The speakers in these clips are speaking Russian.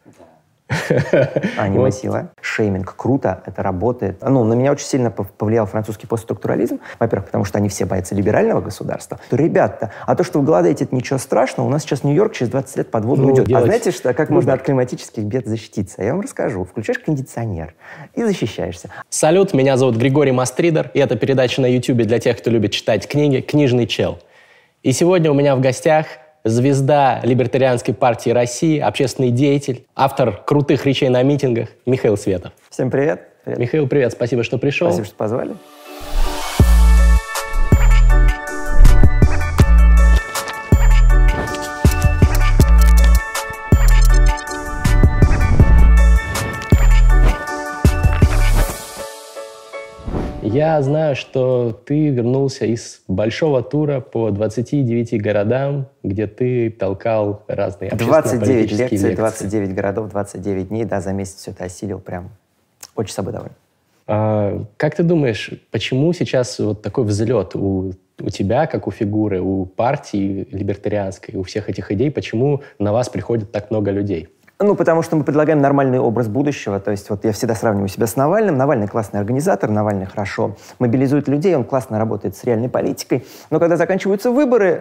Аниме сила. Шейминг круто, это работает. На меня очень сильно повлиял французский постструктурализм. Во-первых, потому что они все боятся либерального государства. То, ребята, то, что вы голодаете, это ничего страшного. У нас сейчас Нью-Йорк через 20 лет под воду уйдет. А знаете, как можно от климатических бед защититься? Я вам расскажу. Включаешь кондиционер и защищаешься. Салют, меня зовут Григорий Мастридер, и это передача на YouTube для тех, кто любит читать книги «Книжный чел». И сегодня у меня в гостях звезда Либертарианской партии России, общественный деятель, автор крутых речей на митингах Михаил Светов. Всем привет. Михаил, привет, спасибо, что пришел. Спасибо, что позвали. Я знаю, что ты вернулся из большого тура по 29 городам, где ты толкал разные общественно-политические лекции. 29 лекций, 29 городов, 29 дней, за месяц все это осилил, прям очень собой доволен. Как ты думаешь, почему сейчас вот такой взлет у тебя, как у фигуры, у партии либертарианской, у всех этих идей, почему на вас приходит так много людей? Потому что мы предлагаем нормальный образ будущего. То есть я всегда сравниваю себя с Навальным. Навальный классный организатор, Навальный хорошо мобилизует людей, он классно работает с реальной политикой. Но когда заканчиваются выборы,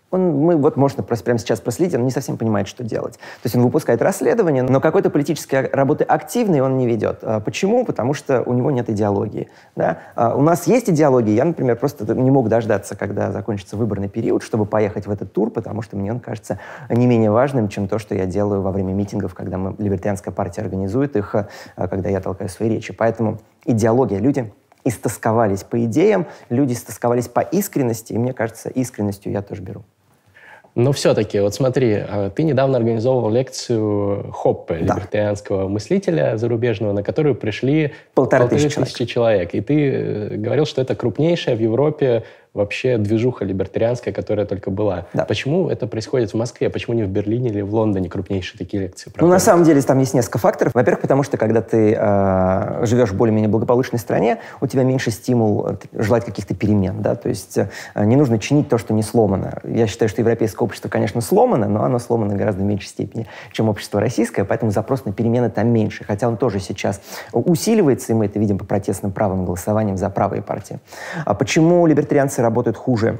можно прямо сейчас проследить, он не совсем понимает, что делать. То есть он выпускает расследование, но какой-то политической работы активной он не ведет. Почему? Потому что у него нет идеологии. Да? У нас есть идеология. Я, например, просто не мог дождаться, когда закончится выборный период, чтобы поехать в этот тур, потому что мне он кажется не менее важным, чем то, что я делаю во время митингов, когда Либертарианская партия организует их, когда я толкаю свои речи. Поэтому идеология. Люди истосковались по идеям, люди истосковались по искренности, и мне кажется, искренностью я тоже беру. Но все-таки, вот смотри, ты недавно организовывал лекцию Хоппе, либертарианского мыслителя зарубежного, на которую пришли 1500 человек. И ты говорил, что это крупнейшая в Европе вообще движуха либертарианская, которая только была. Да. Почему это происходит в Москве? Почему не в Берлине или в Лондоне крупнейшие такие лекции проходят? На самом деле там есть несколько факторов. Во-первых, потому что когда ты живешь в более-менее благополучной стране, у тебя меньше стимул желать каких-то перемен. Да? То есть не нужно чинить то, что не сломано. Я считаю, что европейское общество, конечно, сломано, но оно сломано в гораздо меньшей степени, чем общество российское, поэтому запрос на перемены там меньше. Хотя он тоже сейчас усиливается, и мы это видим по протестным правым голосованиям за правые партии. А почему либертарианцы работают хуже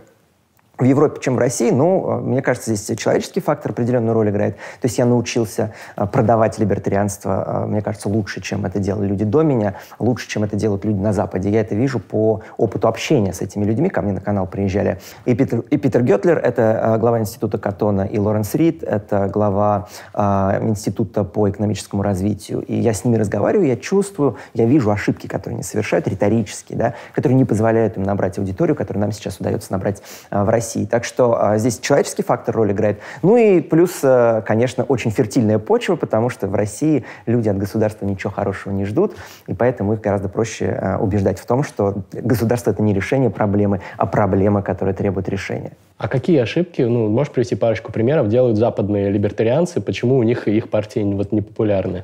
в Европе, чем в России? Мне кажется, здесь человеческий фактор определенную роль играет. То есть я научился продавать либертарианство, мне кажется, лучше, чем это делали люди до меня, лучше, чем это делают люди на Западе. Я это вижу по опыту общения с этими людьми. Ко мне на канал приезжали и Питер Гетлер, это глава института Каттона, и Лоренс Рид, это глава института по экономическому развитию. И я с ними разговариваю, я чувствую, я вижу ошибки, которые они совершают, риторические, да, которые не позволяют им набрать аудиторию, которую нам сейчас удается набрать в России. Так что здесь человеческий фактор роль играет. И плюс, конечно, очень фертильная почва, потому что в России люди от государства ничего хорошего не ждут, и поэтому их гораздо проще убеждать в том, что государство — это не решение проблемы, а проблема, которая требует решения. А какие ошибки, можешь привести парочку примеров, делают западные либертарианцы, почему у них их партии не популярны?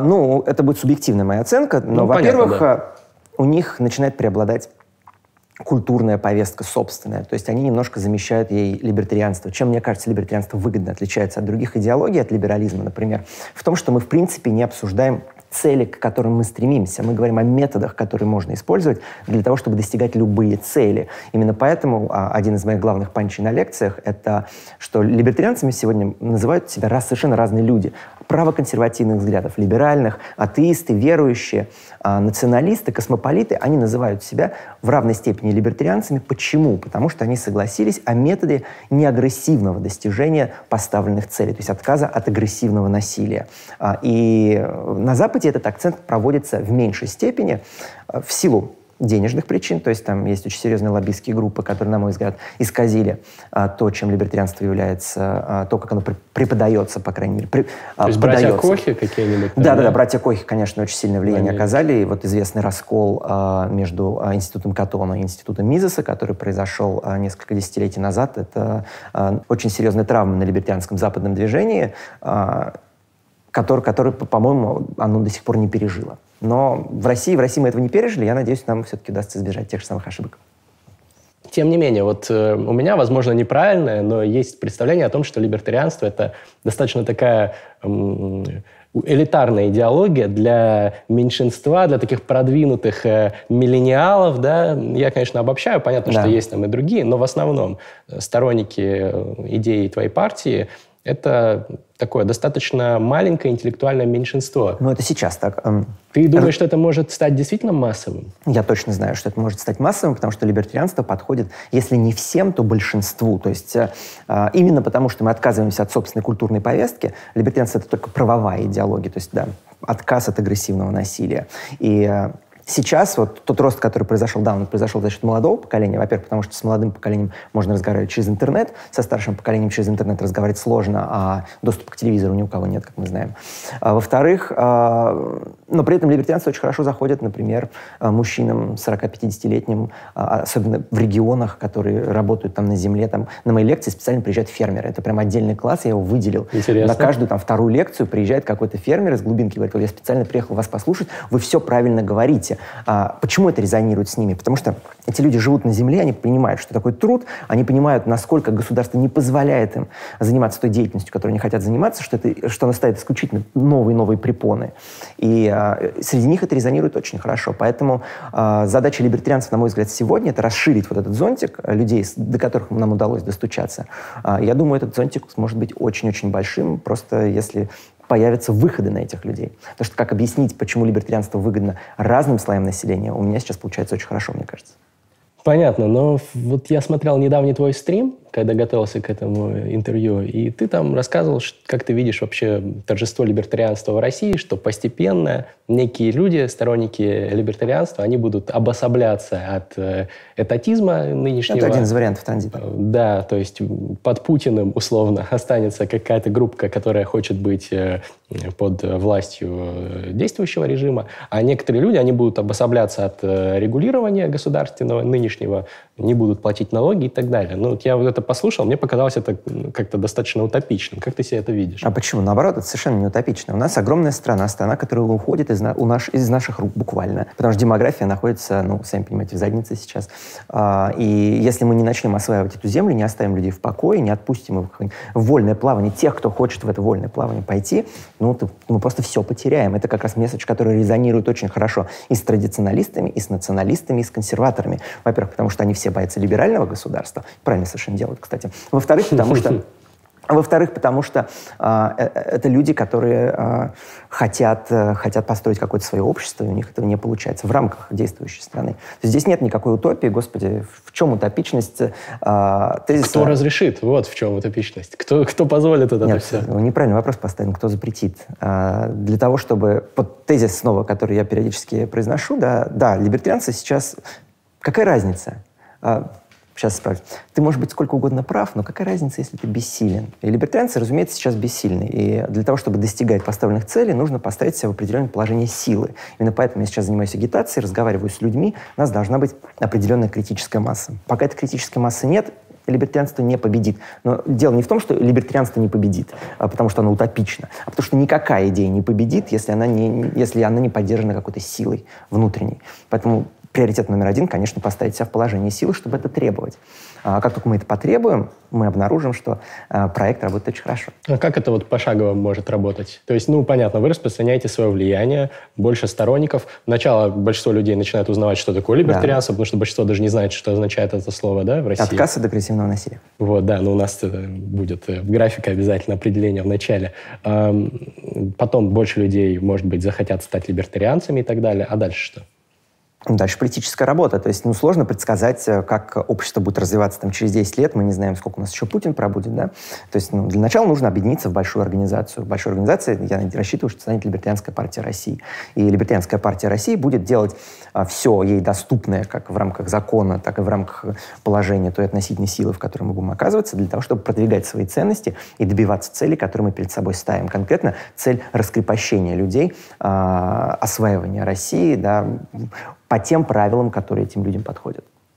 Это будет субъективная моя оценка, но, во-первых, у них начинает преобладать культурная повестка собственная. То есть они немножко замещают ей либертарианство. Чем, мне кажется, либертарианство выгодно отличается от других идеологий, от либерализма, например, в том, что мы, в принципе, не обсуждаем цели, к которым мы стремимся. Мы говорим о методах, которые можно использовать для того, чтобы достигать любые цели. Именно поэтому один из моих главных панчей на лекциях — это что либертарианцами сегодня называют себя совершенно разные люди. Правоконсервативных взглядов, либеральных, атеисты, верующие, националисты, космополиты, они называют себя в равной степени либертарианцами. Почему? Потому что они согласились о методе неагрессивного достижения поставленных целей, то есть отказа от агрессивного насилия. И на Западе этот акцент проводится в меньшей степени в силу денежных причин, то есть там есть очень серьезные лоббистские группы, которые, на мой взгляд, исказили то, чем либертарианство является, то, как оно преподается, по крайней мере. То есть братья Кохи какие-нибудь? Да, братья Кохи, конечно, очень сильное влияние оказали. И вот известный раскол между институтом Каттона и институтом Мизеса, который произошел несколько десятилетий назад, это очень серьезная травма на либертарианском западном движении, который, по-моему, оно до сих пор не пережило. Но в России мы этого не пережили. Я надеюсь, нам все-таки удастся избежать тех же самых ошибок. Тем не менее, вот у меня, возможно, неправильное, но есть представление о том, что либертарианство — это достаточно такая элитарная идеология для меньшинства, для таких продвинутых миллениалов, да, я, конечно, обобщаю, понятно, что есть там и другие, но в основном сторонники идеи твоей партии – это такое достаточно маленькое интеллектуальное меньшинство. Ну, это сейчас так. Ты думаешь, что это может стать действительно массовым? Я точно знаю, что это может стать массовым, потому что либертарианство подходит, если не всем, то большинству. То есть именно потому, что мы отказываемся от собственной культурной повестки, либертарианство — это только правовая идеология, то есть, да, отказ от агрессивного насилия. И сейчас вот тот рост, который произошел, да, он произошел за счет молодого поколения. Во-первых, потому что с молодым поколением можно разговаривать через интернет, со старшим поколением через интернет разговаривать сложно, а доступа к телевизору ни у кого нет, как мы знаем. Во-вторых, но при этом либертарианство очень хорошо заходит, например, мужчинам 40-50-летним, особенно в регионах, которые работают там на земле. Там, на мои лекции специально приезжают фермеры. Это прям отдельный класс, я его выделил. Интересно. На каждую там вторую лекцию приезжает какой-то фермер из глубинки, говорит: я специально приехал вас послушать, вы все правильно говорите. Почему это резонирует с ними? Потому что эти люди живут на земле, они понимают, что такое труд, они понимают, насколько государство не позволяет им заниматься той деятельностью, которой они хотят заниматься, что она ставит исключительно новые препоны. И среди них это резонирует очень хорошо. Поэтому задача либертарианцев, на мой взгляд, сегодня — это расширить вот этот зонтик людей, до которых нам удалось достучаться. Я думаю, этот зонтик сможет быть очень-очень большим, просто если появятся выходы на этих людей. Потому что как объяснить, почему либертарианство выгодно разным слоям населения, у меня сейчас получается очень хорошо, мне кажется. Понятно, но вот я смотрел недавний твой стрим, когда готовился к этому интервью, и ты там рассказывал, как ты видишь вообще торжество либертарианства в России, что постепенно некие люди, сторонники либертарианства, они будут обособляться от этатизма нынешнего. Это один из вариантов транзита. Да, то есть под Путиным, условно, останется какая-то группа, которая хочет быть под властью действующего режима, а некоторые люди, они будут обособляться от регулирования государственного нынешнего, не будут платить налоги и так далее. Ну, вот я вот это послушал, мне показалось это как-то достаточно утопичным. Как ты себе это видишь? А почему? Наоборот, это совершенно не утопично. У нас огромная страна, которая уходит из наших рук буквально. Потому что демография находится, сами понимаете, в заднице сейчас. И если мы не начнем осваивать эту землю, не оставим людей в покое, не отпустим их в вольное плавание, тех, кто хочет в это вольное плавание пойти, мы просто все потеряем. Это как раз месседж, который резонирует очень хорошо и с традиционалистами, и с националистами, и с консерваторами. Во-первых, потому что они все боятся либерального государства. Правильно совершенно делают, кстати. Во-вторых, потому что это люди, которые хотят построить какое-то свое общество, и у них этого не получается в рамках действующей страны. То есть здесь нет никакой утопии. Господи, в чем утопичность тезиса? Кто разрешит? Вот в чем утопичность. Кто позволит это все? Неправильный вопрос поставлен. Кто запретит? Для того, чтобы... Вот тезис снова, который я периодически произношу, да, либертарианцы сейчас... Какая разница? Сейчас справлюсь. Ты можешь быть сколько угодно прав, но какая разница, если ты бессилен? И либертарианцы, разумеется, сейчас бессильны. И для того, чтобы достигать поставленных целей, нужно поставить себя в определенное положение силы. Именно поэтому я сейчас занимаюсь агитацией, разговариваю с людьми. У нас должна быть определенная критическая масса. Пока этой критической массы нет, либертарианство не победит. Но дело не в том, что либертарианство не победит, потому что оно утопично, а потому что никакая идея не победит, если она не поддержана какой-то силой внутренней. Поэтому приоритет номер один, конечно, поставить себя в положение силы, чтобы это требовать. А как только мы это потребуем, мы обнаружим, что проект работает очень хорошо. А как это вот пошагово может работать? То есть, понятно, вы распространяете свое влияние, больше сторонников. Сначала большинство людей начинает узнавать, что такое либертарианство, потому что большинство даже не знает, что означает это слово, да, в России. Отказ от агрессивного насилия. Вот, да, но у нас будет в графике обязательно определение в начале. Потом больше людей, может быть, захотят стать либертарианцами и так далее. А дальше что? Дальше политическая работа. То есть, сложно предсказать, как общество будет развиваться через 10 лет. Мы не знаем, сколько у нас еще Путин пробудет, да. То есть, для начала нужно объединиться в большую организацию. В большой организации, я рассчитываю, что станет Либертарианская партия России. И Либертарианская партия России будет делать все ей доступное, как в рамках закона, так и в рамках положения той относительной силы, в которой мы будем оказываться, для того, чтобы продвигать свои ценности и добиваться целей, которые мы перед собой ставим. Конкретно цель раскрепощения людей, осваивания России, да, по тем правилам, которые этим людям подходят.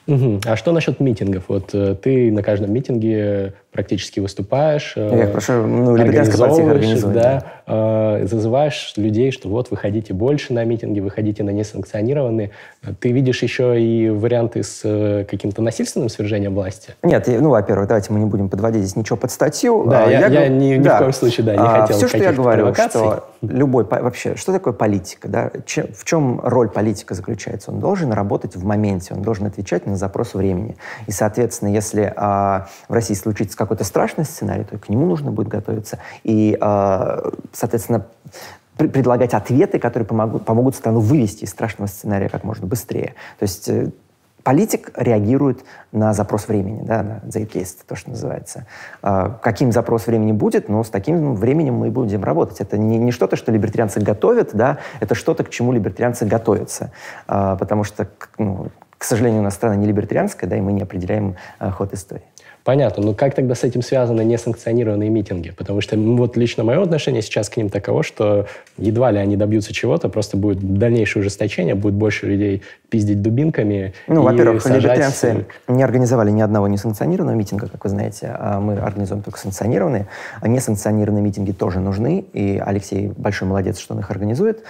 А что насчет митингов? Вот ты на каждом митинге практически выступаешь, я прошу, либертарианская партия организует. Да, зазываешь людей, что вот выходите больше на митинги, выходите на несанкционированные. Ты видишь еще и варианты с каким-то насильственным свержением власти? Нет, во-первых, давайте мы не будем подводить здесь ничего под статью. Да, я ни в коем случае не хотел все, что я говорю, что вообще, что такое политика? Да? В чем роль политика заключается? Он должен работать в моменте, он должен отвечать на запрос времени. И, соответственно, если в России случится какой-то страшный сценарий, то к нему нужно будет готовиться. И, соответственно, предлагать ответы, которые помогут страну вывести из страшного сценария как можно быстрее. То есть политик реагирует на запрос времени, да, на zeitgeist, то, что называется. Каким запрос времени будет, с таким временем мы и будем работать. Это не что-то, что либертарианцы готовят, да, это что-то, к чему либертарианцы готовятся. Потому что, к сожалению, у нас страна не либертарианская, да, и мы не определяем ход истории. Понятно. Но как тогда с этим связаны несанкционированные митинги? Потому что вот лично мое отношение сейчас к ним таково, что едва ли они добьются чего-то, просто будет дальнейшее ужесточение, будет больше людей пиздить дубинками. Во-первых, либертарианцы не организовали ни одного несанкционированного митинга, как вы знаете, мы организуем только санкционированные. Несанкционированные митинги тоже нужны, и Алексей большой молодец, что он их организует.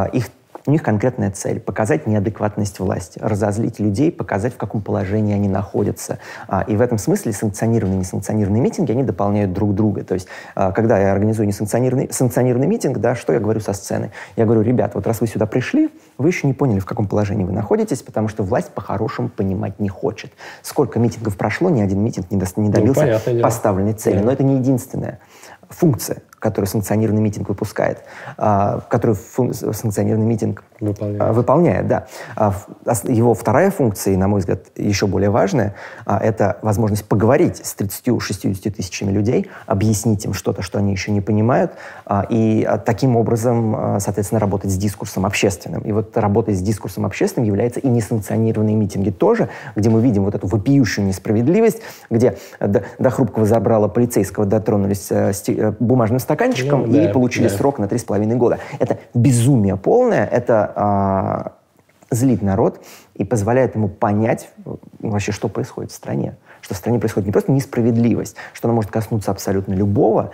У них конкретная цель – показать неадекватность власти, разозлить людей, показать, в каком положении они находятся. И в этом смысле санкционированные и несанкционированные митинги, они дополняют друг друга. То есть, когда я организую санкционированный митинг, да, что я говорю со сцены? Я говорю, ребят, вот раз вы сюда пришли, вы еще не поняли, в каком положении вы находитесь, потому что власть по-хорошему понимать не хочет. Сколько митингов прошло, ни один митинг не добился поставленной цели. Но это не единственная функция, которую санкционированный митинг выпускает, которую санкционированный митинг выполняет. Да. Его вторая функция, и, на мой взгляд, еще более важная, это возможность поговорить с 30-60 тысячами людей, объяснить им что-то, что они еще не понимают, и таким образом, соответственно, работать с дискурсом общественным. И вот работой с дискурсом общественным являются и несанкционированные митинги тоже, где мы видим вот эту вопиющую несправедливость, где до хрупкого забрала полицейского дотронулись бумажным стаканчиком и получили срок на 3,5 года. Это безумие полное, это злит народ и позволяет ему понять вообще, что происходит в стране. Что в стране происходит не просто несправедливость, что она может коснуться абсолютно любого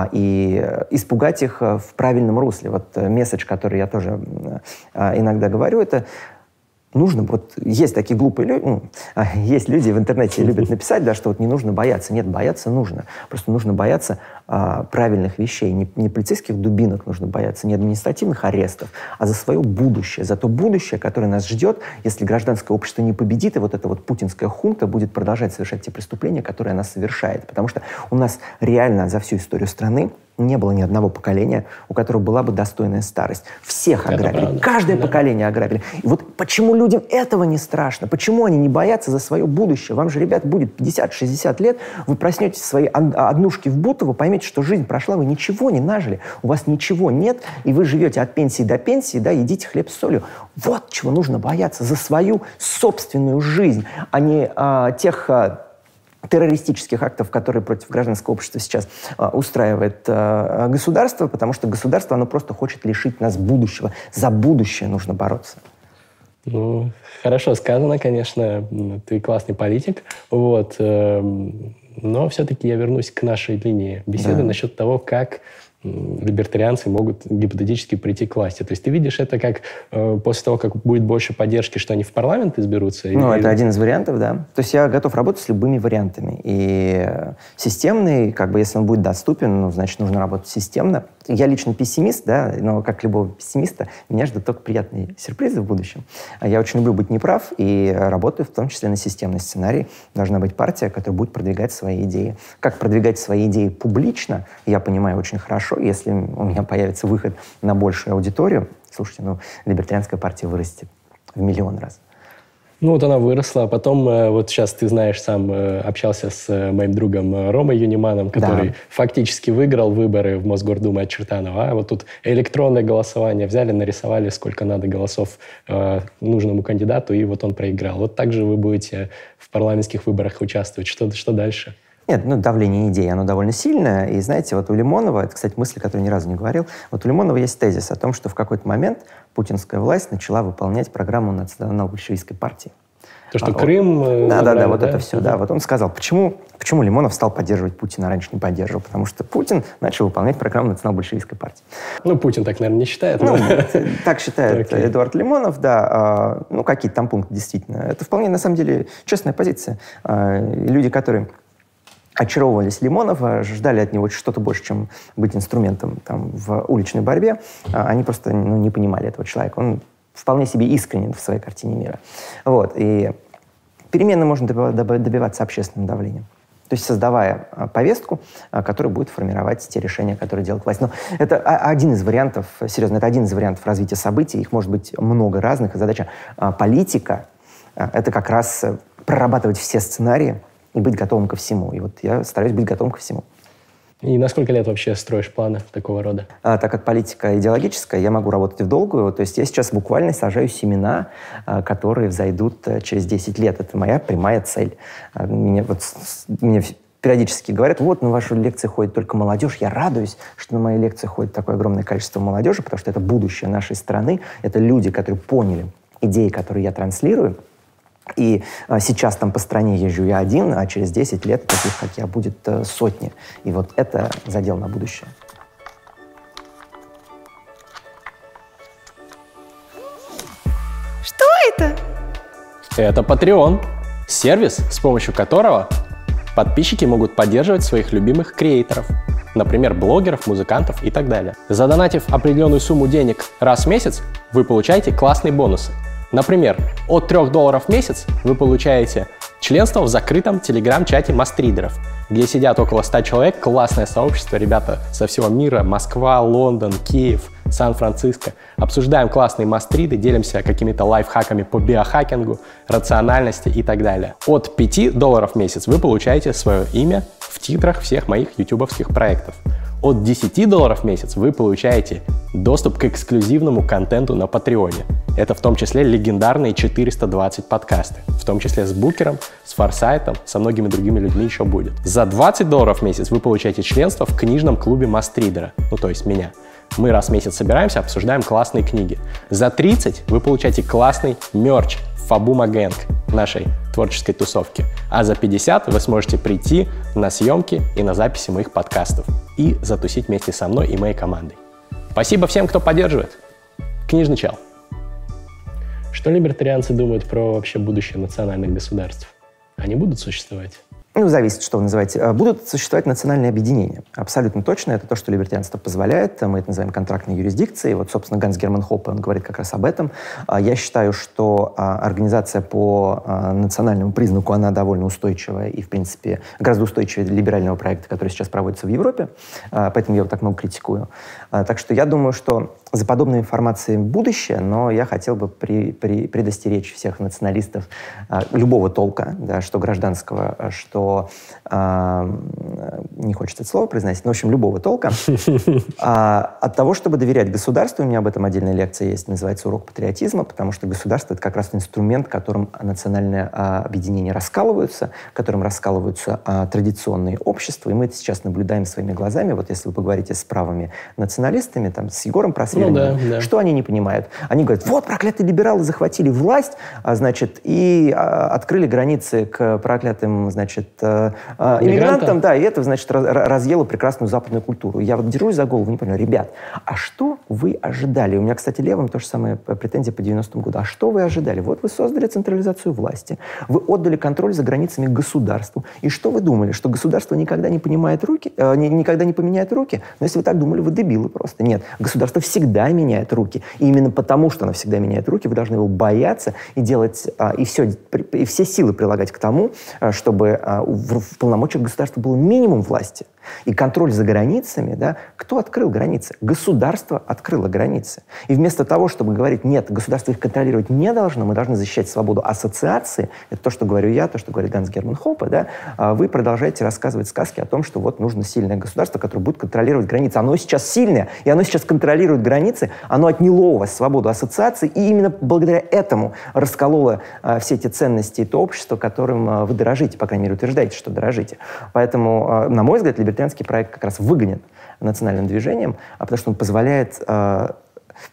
и испугать их в правильном русле. Вот месседж, который я тоже иногда говорю, это нужно, вот есть такие глупые люди, есть люди в интернете любят написать, да, что вот не нужно бояться. Нет, бояться нужно. Просто нужно бояться правильных вещей. Не полицейских дубинок нужно бояться, не административных арестов, а за свое будущее. За то будущее, которое нас ждет, если гражданское общество не победит, и вот эта вот путинская хунта будет продолжать совершать те преступления, которые она совершает. Потому что у нас реально за всю историю страны не было ни одного поколения, у которого была бы достойная старость. Всех ограбили. Каждое поколение ограбили. И вот почему людям этого не страшно? Почему они не боятся за свое будущее? Вам же, ребят, будет 50-60 лет, вы проснетесь в своей однушке в Бутово, поймете, что жизнь прошла, вы ничего не нажили, у вас ничего нет, и вы живете от пенсии до пенсии, да, едите хлеб с солью. Вот чего нужно бояться за свою собственную жизнь, а не тех террористических актов, которые против гражданского общества сейчас устраивает государство, потому что государство, оно просто хочет лишить нас будущего. За будущее нужно бороться. Ну, хорошо сказано, конечно. Ты классный политик. Вот. Но все-таки я вернусь к нашей линии беседы насчет того, как либертарианцы могут гипотетически прийти к власти. То есть ты видишь это как после того, как будет больше поддержки, что они в парламент изберутся? Ну, это один из вариантов, да. То есть я готов работать с любыми вариантами. И системный, как бы, если он будет доступен, ну, значит, нужно работать системно. Я лично пессимист, да, но как любого пессимиста, меня ждут только приятные сюрпризы в будущем. Я очень люблю быть неправ и работаю в том числе на системный сценарий. Должна быть партия, которая будет продвигать свои идеи. Как продвигать свои идеи публично, я понимаю очень хорошо. Если у меня появится выход на большую аудиторию, слушайте, ну, либертарианская партия вырастет в миллион раз. Ну, вот она выросла, а потом, вот сейчас ты знаешь, сам общался с моим другом Ромой Юниманом, который фактически выиграл выборы в Мосгордуму от Чертанова. А вот тут электронное голосование взяли, нарисовали, сколько надо голосов нужному кандидату, и вот он проиграл. Вот так же вы будете в парламентских выборах участвовать. Что дальше? Нет, ну, давление идей, оно довольно сильное. И знаете, вот у Лимонова, это, кстати, мысль, которую ни разу не говорил, вот у Лимонова есть тезис о том, что в какой-то момент путинская власть начала выполнять программу национал-большевистской партии. То, что Крым... Да, вот это все. Да, вот он сказал, почему Лимонов стал поддерживать Путина, а раньше не поддерживал. Потому что Путин начал выполнять программу национал-большевистской партии. Путин так, наверное, не считает. Так считает Эдуард Лимонов, да. Какие-то там пункты, действительно. Это вполне, на самом деле, честная позиция. Люди, которые очаровывались Лимонова, ждали от него что-то больше, чем быть инструментом в уличной борьбе, они просто не понимали этого человека. Он вполне себе искренен в своей картине мира. И перемены можно добиваться общественным давлением. То есть создавая повестку, которая будет формировать те решения, которые делает власть. Но это один из вариантов, серьезно, это один из вариантов развития событий. Их может быть много разных. И задача политика — это как раз прорабатывать все сценарии и быть готовым ко всему. И я стараюсь быть готовым ко всему. И на сколько лет вообще строишь планы такого рода? Так как политика идеологическая, я могу работать в долгую. То есть я сейчас буквально сажаю семена, которые взойдут через 10 лет. Это моя прямая цель. Мне периодически говорят, на ваши лекции ходит только молодежь. Я радуюсь, что на мои лекции ходит такое огромное количество молодежи, потому что это будущее нашей страны. Это люди, которые поняли идеи, которые я транслирую. И сейчас по стране езжу я один, а через 10 лет таких, как я, будет сотни. И это задел на будущее. Что это? Это Patreon. Сервис, с помощью которого подписчики могут поддерживать своих любимых креаторов. Например, блогеров, музыкантов и так далее. Задонатив определенную сумму денег раз в месяц, вы получаете классные бонусы. Например, от $3 в месяц вы получаете членство в закрытом телеграм-чате мастридеров, где сидят около 100 человек, классное сообщество, ребята со всего мира, Москва, Лондон, Киев, Сан-Франциско. Обсуждаем классные мастриды, делимся какими-то лайфхаками по биохакингу, рациональности и так далее. От $5 в месяц вы получаете свое имя в титрах всех моих ютубовских проектов. От $10 в месяц вы получаете доступ к эксклюзивному контенту на Патреоне. Это в том числе легендарные 420 подкасты, в том числе с Букером, с Форсайтом, со многими другими людьми еще будет. За $20 в месяц вы получаете членство в книжном клубе Мастридера, то есть меня. Мы раз в месяц собираемся, обсуждаем классные книги. За 30 вы получаете классный мерч Фабума Гэнг нашей творческой тусовки. А за 50 вы сможете прийти на съемки и на записи моих подкастов и затусить вместе со мной и моей командой. Спасибо всем, кто поддерживает. Книжный чел. Что либертарианцы думают про вообще будущее национальных государств? Они будут существовать? Зависит, что вы называете. Будут существовать национальные объединения. Абсолютно точно. Это то, что либертарианство позволяет. Мы это называем контрактной юрисдикцией. Собственно, Ганс Герман Хоппе, он говорит как раз об этом. Я считаю, что организация по национальному признаку, она довольно устойчивая и, в принципе, гораздо устойчивее либерального проекта, который сейчас проводится в Европе. Поэтому я его так много критикую. Так что я думаю, что за подобной информацией будущее, но я хотел бы предостеречь всех националистов любого толка, что гражданского, что не хочется это слово произносить, но, в общем, любого толка, от того, чтобы доверять государству. У меня об этом отдельная лекция есть, называется «Урок патриотизма», потому что государство — это как раз инструмент, которым национальные объединения раскалываются, которым раскалываются традиционные общества, и мы это сейчас наблюдаем своими глазами. Если вы поговорите с правыми националистами, с Егором Просвирным, что они не понимают? Они говорят, проклятые либералы захватили власть, и открыли границы к проклятым, иммигрантам, и это, разъело прекрасную западную культуру. Я держусь за голову, не понимаю, ребят, а что вы ожидали? У меня, кстати, левым то же самое претензия по 90-м году. А что вы ожидали? Вы создали централизацию власти, вы отдали контроль за границами государству. И что вы думали? Что государство никогда не поменяет руки? Но если вы так думали, вы дебилы просто. Нет, государство всегда меняет руки. И именно потому, что оно всегда меняет руки, вы должны его бояться и делать, и все силы прилагать к тому, чтобы в полномочиях государства был минимум власти. И контроль за границами, кто открыл границы? Государство открыло границы. И вместо того, чтобы говорить, нет, государство их контролировать не должно, мы должны защищать свободу ассоциации, это то, что говорю я, то, что говорит Ганс Герман Хоппе, вы продолжаете рассказывать сказки о том, что нужно сильное государство, которое будет контролировать границы. Оно сейчас сильное, и оно сейчас контролирует границы, оно отняло у вас свободу ассоциации, и именно благодаря этому раскололо все эти ценности и то общество, которым вы дорожите, по крайней мере, утверждаете, что дорожите. Поэтому, на мой взгляд, либертарианский проект как раз выгонен национальным движением, потому что он позволяет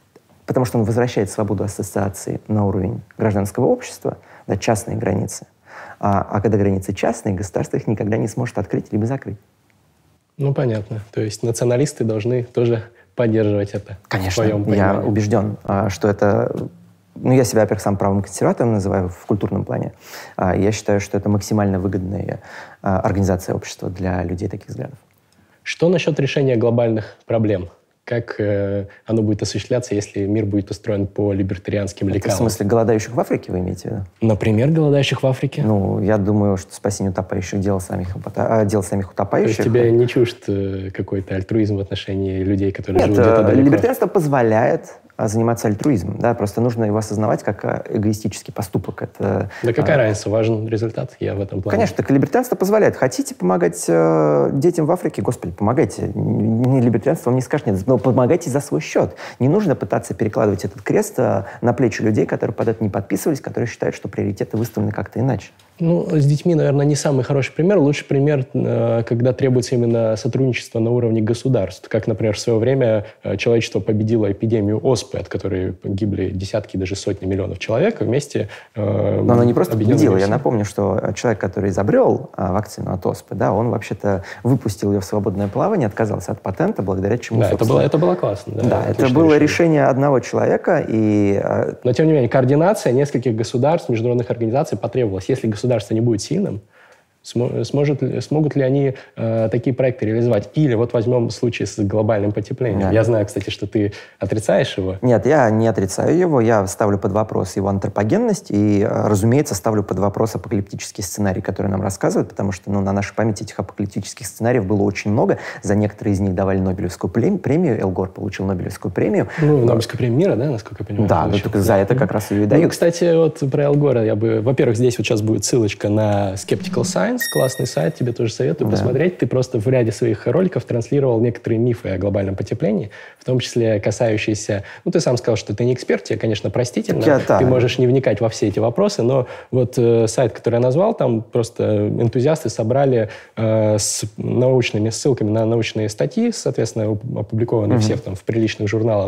потому что он возвращает свободу ассоциации на уровень гражданского общества, да, частные границы. А когда границы частные, государство их никогда не сможет открыть либо закрыть. Ну, понятно. То есть националисты должны тоже поддерживать это. Конечно, я убежден, что это... Ну, я себя, во-первых, сам правым консерватором называю в культурном плане. Я считаю, что это максимально выгодная организация общества для людей таких взглядов. Что насчет решения глобальных проблем? Как оно будет осуществляться, если мир будет устроен по либертарианским лекалам? В смысле, голодающих в Африке вы имеете в виду? Например, голодающих в Африке? Ну, я думаю, что спасение утопающих – дело самих утопающих. То есть тебе не чужд какой-то альтруизм в отношении людей, которые живут где-то далеко? Нет, либертарианство позволяет заниматься альтруизмом. Да? Просто нужно его осознавать как эгоистический поступок. Да какая разница? Важен результат. Я в этом плане. Конечно, так либертарианство позволяет. Хотите помогать детям в Африке? Господи, помогайте. Либертарианство вам не скажет нет, но помогайте за свой счет. Не нужно пытаться перекладывать этот крест на плечи людей, которые под это не подписывались, которые считают, что приоритеты выставлены как-то иначе. Ну, с детьми, наверное, не самый хороший пример. Лучший пример, когда требуется именно сотрудничество на уровне государств. Как, например, в свое время человечество победило эпидемию оспы, от которой погибли десятки, даже сотни миллионов человек вместе. Но она не просто победила. Я напомню, что человек, который изобрел вакцину от оспы, да, он вообще-то выпустил ее в свободное плавание, отказался от патента, благодаря чему, да, это было классно. Да, это было решение одного человека. Но, тем не менее, координация нескольких государств, международных организаций потребовалась. Если государство не будет сильным, смогут ли они такие проекты реализовать? Или вот возьмем случай с глобальным потеплением. Да. Я знаю, кстати, что ты отрицаешь его. Нет, я не отрицаю его. Я ставлю под вопрос его антропогенность и, разумеется, ставлю под вопрос апокалиптический сценарий, который нам рассказывают, потому что на нашей памяти этих апокалиптических сценариев было очень много. За некоторые из них давали Нобелевскую премию. Эл Гор получил Нобелевскую премию. Ну, Нобелевская премия мира, да, насколько я понимаю? Да, только за это как раз ее и дают. Ну, кстати, вот про Эл Гора я бы... Во-первых, здесь вот сейчас будет ссылочка на Skeptical Science, классный сайт, тебе тоже советую посмотреть. Ты просто в ряде своих роликов транслировал некоторые мифы о глобальном потеплении, в том числе касающиеся... Ну, ты сам сказал, что ты не эксперт, тебе, конечно, простительно. Ты можешь не вникать во все эти вопросы, но вот сайт, который я назвал, там просто энтузиасты собрали с научными ссылками на научные статьи, соответственно, опубликованные все в приличных журналах,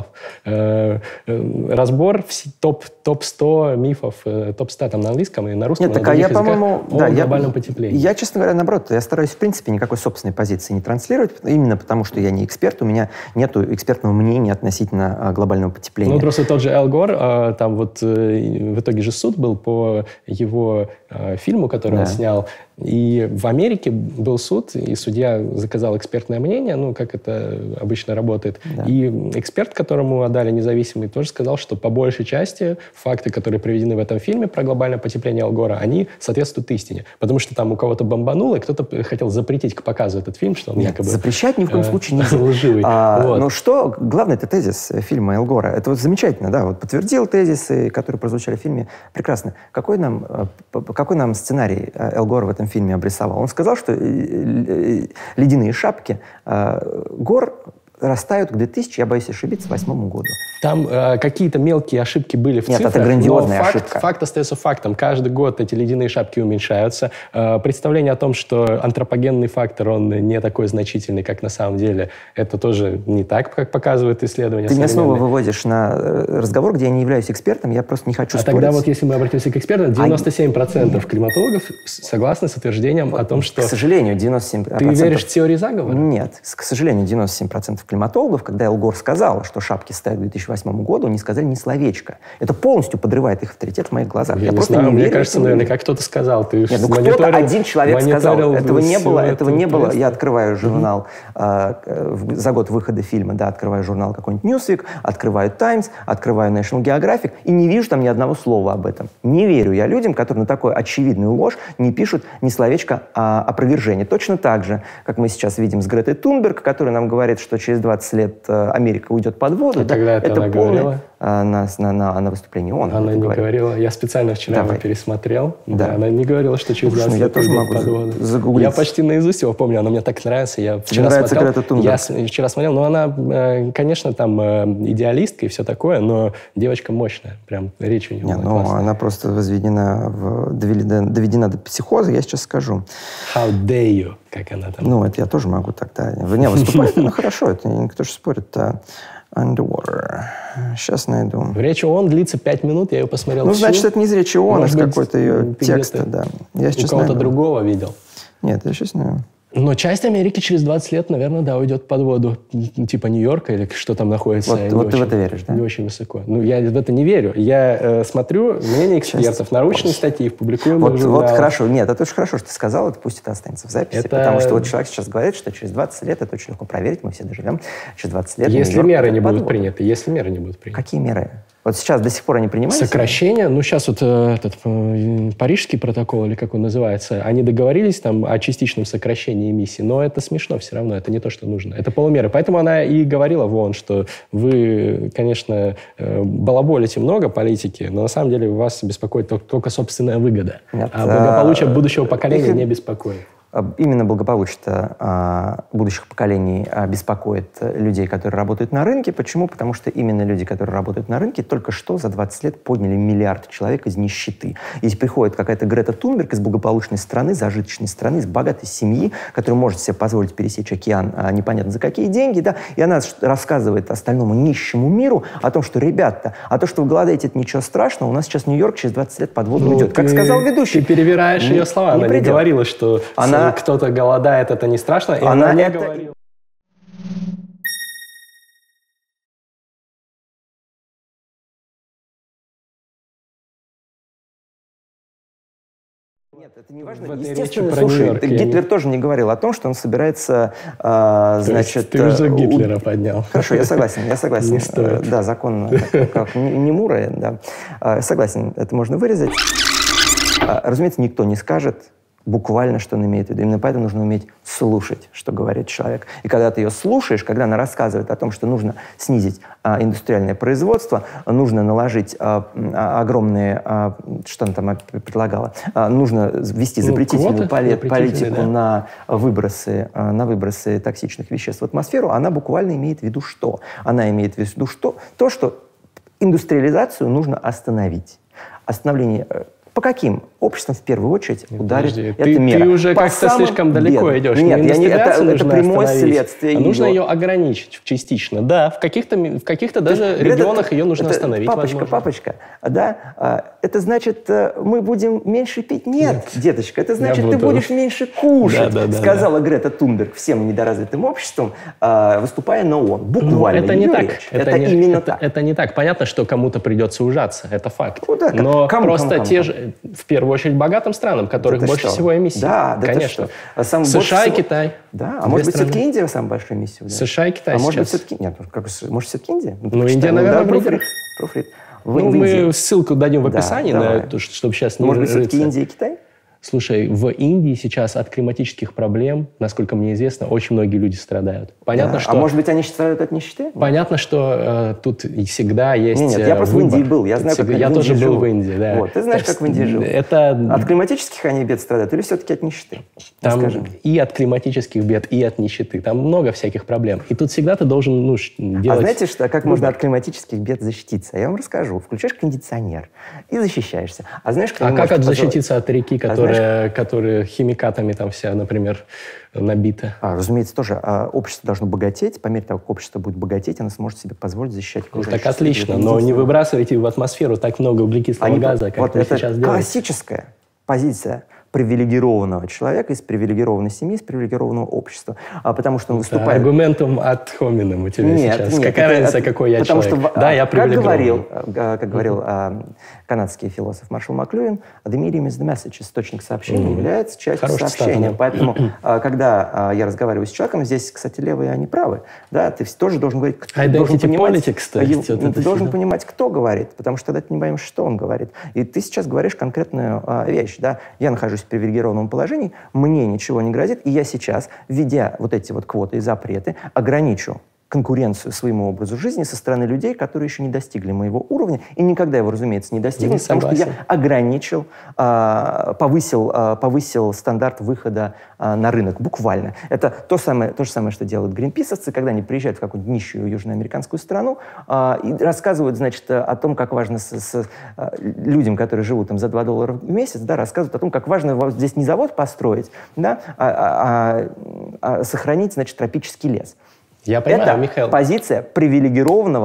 разбор топ-100 мифов, топ-100 там на английском и на русском, Нет, так, я, по-моему, о глобальном потеплении. Я, честно говоря, наоборот, я стараюсь, в принципе, никакой собственной позиции не транслировать, именно потому, что я не эксперт, у меня нет экспертного мнения относительно глобального потепления. Ну, просто тот же Эл Гор, там вот в итоге же суд был по его фильму, который он снял, и в Америке был суд, и судья заказал экспертное мнение, ну, как это обычно работает. Да. И эксперт, которому отдали независимый, тоже сказал, что по большей части факты, которые приведены в этом фильме про глобальное потепление Эл Гора, они соответствуют истине. Потому что там у кого-то бомбануло, и кто-то хотел запретить к показу этот фильм, что он якобы... Запрещать ни в коем случае нельзя. Лживый. Но что? Главный это тезис фильма Эл Гора. Это вот замечательно, да, вот подтвердил тезисы, которые прозвучали в фильме. Прекрасно. Какой нам сценарий Эл Гор в этом фильме обрисовал? Он сказал, что ледяные шапки гор растают к 2000, я боюсь ошибиться, 2008 году. Там какие-то мелкие ошибки были в цифрах. Нет, это грандиозная ошибка. Факт остается фактом. Каждый год эти ледяные шапки уменьшаются. Представление о том, что антропогенный фактор, он не такой значительный, как на самом деле, это тоже не так, как показывают исследования. Ты меня снова выводишь на разговор, где я не являюсь экспертом, я просто не хочу спорить. Тогда вот если мы обратимся к экспертам, 97% климатологов согласны с утверждением о том, что... К сожалению, 97%... Ты веришь в теории заговора? Нет. К сожалению, 97% климатологов, когда Эл Гор сказал, что шапки стоят к 2008 году, не сказали ни словечко. Это полностью подрывает их авторитет в моих глазах. Я не знаю, мне кажется, наверняка кто-то сказал. Нет, кто-то один человек сказал. Этого не было. Я открываю журнал за год выхода фильма, да, открываю журнал какой-нибудь Newsweek, открываю Times, открываю National Geographic и не вижу там ни одного слова об этом. Не верю я людям, которые на такую очевидную ложь не пишут ни словечко опровержения. Точно так же, как мы сейчас видим с Гретой Тунберг, которая нам говорит, что через 20 лет Америка уйдет под воду. Когда это она говорила? На выступлении ООН. Она не говорила. Я специально вчера его пересмотрел. Да. Она не говорила, что через 20 лет уйдет под воду. Загуглить. Я почти наизусть его помню. Она мне так нравится. Я вчера смотрел. Ну, она, конечно, там идеалистка и все такое, но девочка мощная. Прям речь у нее была классная. Она просто доведена до психоза, я сейчас скажу. How dare you? Как она там? Ну, это я тоже могу тогда. Не, выступать, ну, хорошо, это никто же спорит. Underwater. Сейчас найду. Речь ООН длится 5 минут, я ее посмотрел. Ну, значит, это не из речи ООН, а с какой-то ее текста, да. Я у кого-то другого видел. Нет, я сейчас найду. Но часть Америки через 20 лет, наверное, да, уйдет под воду. Типа Нью-Йорка или что там находится. Вот ты в это веришь, да? Не очень высоко. Ну, я в это не верю. Я смотрю мнение экспертов, научные статьи в публикуемых журналах. Вот хорошо. Нет, это очень хорошо, что ты сказал. Это пусть это останется в записи. Потому что вот человек сейчас говорит, что через 20 лет это очень легко проверить. Мы все доживем. Через 20 лет... Если меры не будут приняты. Если меры не будут приняты. Какие меры? Вот сейчас до сих пор они принимаются? Сокращение. Ну, сейчас вот этот Парижский протокол, или как он называется, они договорились там о частичном сокращении эмиссий, но это смешно все равно, это не то, что нужно. Это полумеры. Поэтому она и говорила вон, что вы, конечно, балаболите много политики, но на самом деле вас беспокоит только собственная выгода. Нет, а благополучие будущего поколения не беспокоит. Именно благополучие будущих поколений беспокоит людей, которые работают на рынке. Почему? Потому что именно люди, которые работают на рынке, только что за 20 лет подняли миллиард человек из нищеты. Если приходит какая-то Грета Тунберг из благополучной страны, зажиточной страны, из богатой семьи, которая может себе позволить пересечь океан непонятно за какие деньги, да, и она рассказывает остальному нищему миру о том, что, ребята, а то, что вы голодаете, это ничего страшного, у нас сейчас Нью-Йорк через 20 лет под воду идет. Как сказал ведущий. Ты перевираешь ее слова. Она не говорила, что... Кто-то голодает, это не страшно, и она не говорила. Нет, это не важно. Естественно, слушай, Гитлер тоже не говорил о том, что он собирается, значит... Ты уже Гитлера поднял. Хорошо, я согласен. Не стоит. Да, закон как не Мура, да. Согласен, это можно вырезать. Разумеется, никто не скажет буквально, что он имеет в виду. Именно поэтому нужно уметь слушать, что говорит человек. И когда ты ее слушаешь, когда она рассказывает о том, что нужно снизить индустриальное производство, нужно наложить огромные... что она там предлагала? Нужно ввести запретительную политику на выбросы токсичных веществ в атмосферу. Она буквально имеет в виду что? Она имеет в виду то, что индустриализацию нужно остановить. Остановление... По каким обществам в первую очередь ударит эта мера? Ты уже как-то слишком далеко идешь. Нет, это прямое следствие. Нужно ее ограничить частично. Да, в каких-то даже регионах ее нужно остановить. Папочка, да, это значит, мы будем меньше пить? Нет, деточка, это значит, ты будешь меньше кушать, сказала Грета Тунберг всем недоразвитым обществам, выступая на ООН. Буквально. Это не так. Это именно так. Это не так. Понятно, что кому-то придется ужаться, это факт. Но просто те же... В первую очередь богатым странам, которых больше всего эмиссий. Да, конечно. США и Китай. Да, а может быть, все-таки Индия самая большая эмиссия? США и Китай сейчас. Может быть, все-таки... Нет, может, все-таки Индия? Ну, Индия, наверное, в лидерах. Мы ссылку дадим в описании, чтобы сейчас не... Может быть, все-таки Индия и Китай? Слушай, в Индии сейчас от климатических проблем, насколько мне известно, очень многие люди страдают. Понятно, что... А может быть, они страдают от нищеты? Понятно, что тут всегда есть Нет, я просто выбор. В Индии был. Я знаю, как я тоже был в Индии, да. Вот, ты знаешь, как в Индии жил. От климатических они бед страдают или все-таки от нищеты? Там и от климатических бед, и от нищеты. Там много всяких проблем. И тут всегда ты должен делать... А знаете, как можно от климатических бед защититься? Я вам расскажу. Включаешь кондиционер и защищаешься. А знаешь, как защититься от реки, которые химикатами там вся, например, набита? Разумеется, тоже общество должно богатеть. По мере того, как общество будет богатеть, оно сможет себе позволить защищать окружающую среду. Так отлично, но не выбрасывайте в атмосферу так много углекислого газа, как вы сейчас делаете. Классическая позиция привилегированного человека из привилегированной семьи, из привилегированного общества. Потому что он выступает... Аргументум ad hominem у тебя сейчас. Какая разница, какой я человек? Да, я привилегирован. Как говорил канадский философ Маршал Маклюин, the medium is the message. Источник сообщения является частью сообщения. Поэтому, когда я разговариваю с человеком, здесь, кстати, левые, они правы. Да, ты тоже должен говорить... Ты должен понимать, кто говорит, потому что тогда ты не поймешь, что он говорит. И ты сейчас говоришь конкретную вещь. Да? Я нахожусь в привилегированном положении, мне ничего не грозит, и я сейчас, введя вот эти вот квоты и запреты, ограничу конкуренцию своему образу жизни со стороны людей, которые еще не достигли моего уровня, и никогда его, разумеется, не достигнут, потому что я ограничил, повысил стандарт выхода на рынок, буквально. Это то же самое, что делают гринписовцы, когда они приезжают в какую-нибудь нищую южноамериканскую страну и рассказывают, значит, о том, как важно людям, которые живут там за $2 в месяц, да, рассказывают о том, как важно здесь не завод построить, да, а сохранить, значит, тропический лес. Я понимаю, это Михаил. Позиция привилегированного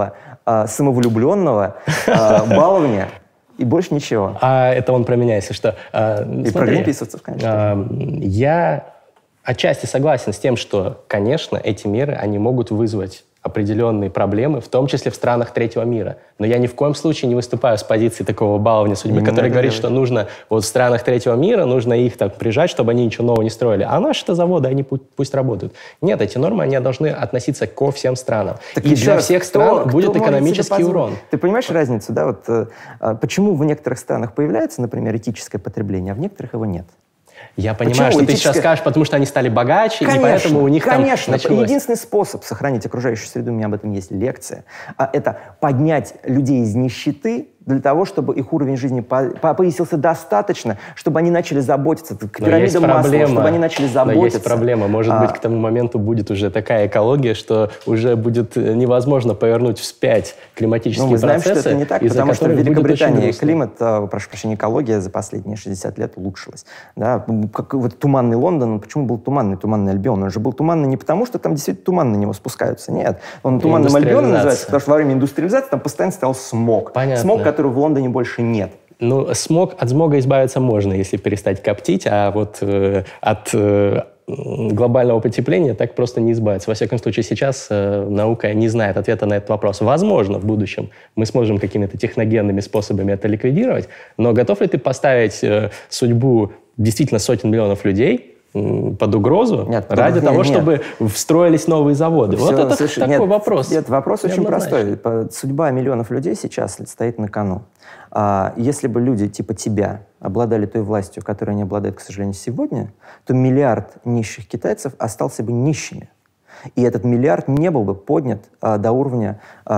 самовлюбленного, баловня и больше ничего. А это он про меня, если что. И про гринписовцев, конечно. Я отчасти согласен с тем, что, конечно, эти меры, они могут вызвать определенные проблемы, в том числе в странах третьего мира. Но я ни в коем случае не выступаю с позиции такого баловня судьбы, который говорит, что нужно вот в странах третьего мира, нужно их так прижать, чтобы они ничего нового не строили. А наши-то заводы, они пусть работают. Нет, эти нормы, они должны относиться ко всем странам. Так и для всех стран будет экономический урон. Ты понимаешь разницу, да? Вот, почему в некоторых странах появляется, например, этическое потребление, а в некоторых его нет? Я понимаю, что ты сейчас скажешь, потому что они стали богаче, и поэтому у них там началось. Единственный способ сохранить окружающую среду, у меня об этом есть лекция, это поднять людей из нищеты для того, чтобы их уровень жизни повысился достаточно, чтобы они начали заботиться, к пирамидам масла, чтобы они начали заботиться. Но есть проблема. Может быть, к тому моменту будет уже такая экология, что уже будет невозможно повернуть вспять климатические процессы. Мы знаем, что это не так, потому что в Великобритании климат, прошу прощения, экология за последние 60 лет улучшилась. Да? Как вот туманный Лондон, почему был туманный Альбион? Он же был туманный не потому, что там действительно туман на него спускаются. Нет. Он туманным Альбионом называется, потому что во время индустриализации там постоянно стоял смог. Понятно. Смог, которого в Лондоне больше нет. Ну, от смога избавиться можно, если перестать коптить, а вот от глобального потепления так просто не избавиться. Во всяком случае, сейчас наука не знает ответа на этот вопрос. Возможно, в будущем мы сможем какими-то техногенными способами это ликвидировать, но готов ли ты поставить судьбу действительно сотен миллионов людей под угрозу ради того, чтобы встроились новые заводы? Вот это такой вопрос. Нет, вопрос очень простой. Судьба миллионов людей сейчас стоит на кону. Если бы люди типа тебя обладали той властью, которой они обладают, к сожалению, сегодня, то миллиард нищих китайцев остался бы нищими. И этот миллиард не был бы поднят до уровня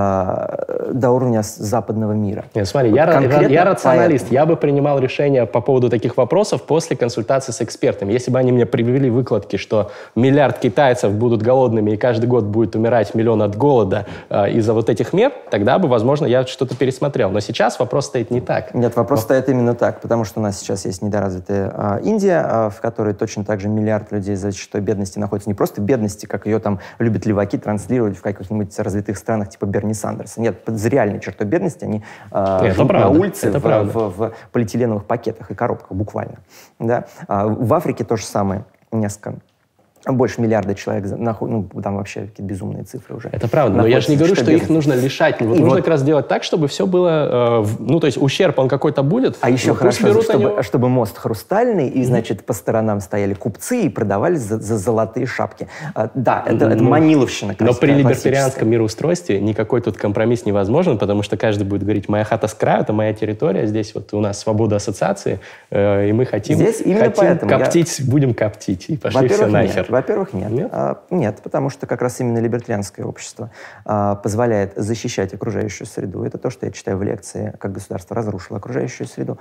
западного мира. Нет, смотри, вот я рационалист. Я бы принимал решение по поводу таких вопросов после консультации с экспертами. Если бы они мне привели выкладки, что миллиард китайцев будут голодными и каждый год будет умирать миллион от голода из-за вот этих мер, тогда бы, возможно, я что-то пересмотрел. Но сейчас вопрос стоит не так. Нет, вопрос стоит именно так, потому что у нас сейчас есть недоразвитая Индия, в которой точно так же миллиард людей за счет бедности находится. Не просто бедности, как ее там любят леваки транслировать в каких-нибудь развитых странах типа Берни Сандерса. Нет, за реальной чертой бедности они живут на улице в полиэтиленовых пакетах и коробках, буквально. Да? В Африке то же самое, несколько. Больше миллиарда человек, там вообще какие-то безумные цифры уже. Это правда, но я же не говорю, что их нужно лишать. Вот нужно как раз делать так, чтобы все было... то есть ущерб, он какой-то будет. А еще хорошо, чтобы мост хрустальный, и, значит, по сторонам стояли купцы и продавали за золотые шапки. Да, это маниловщина. Но при либертарианском мироустройстве никакой тут компромисс невозможен, потому что каждый будет говорить, моя хата с краю, это моя территория, здесь вот у нас свобода ассоциации, и мы хотим коптить, будем коптить. И пошли все нахер. Во-первых, нет. Нет, потому что как раз именно либертарианское общество позволяет защищать окружающую среду. Это то, что я читаю в лекции, как государство разрушило окружающую среду.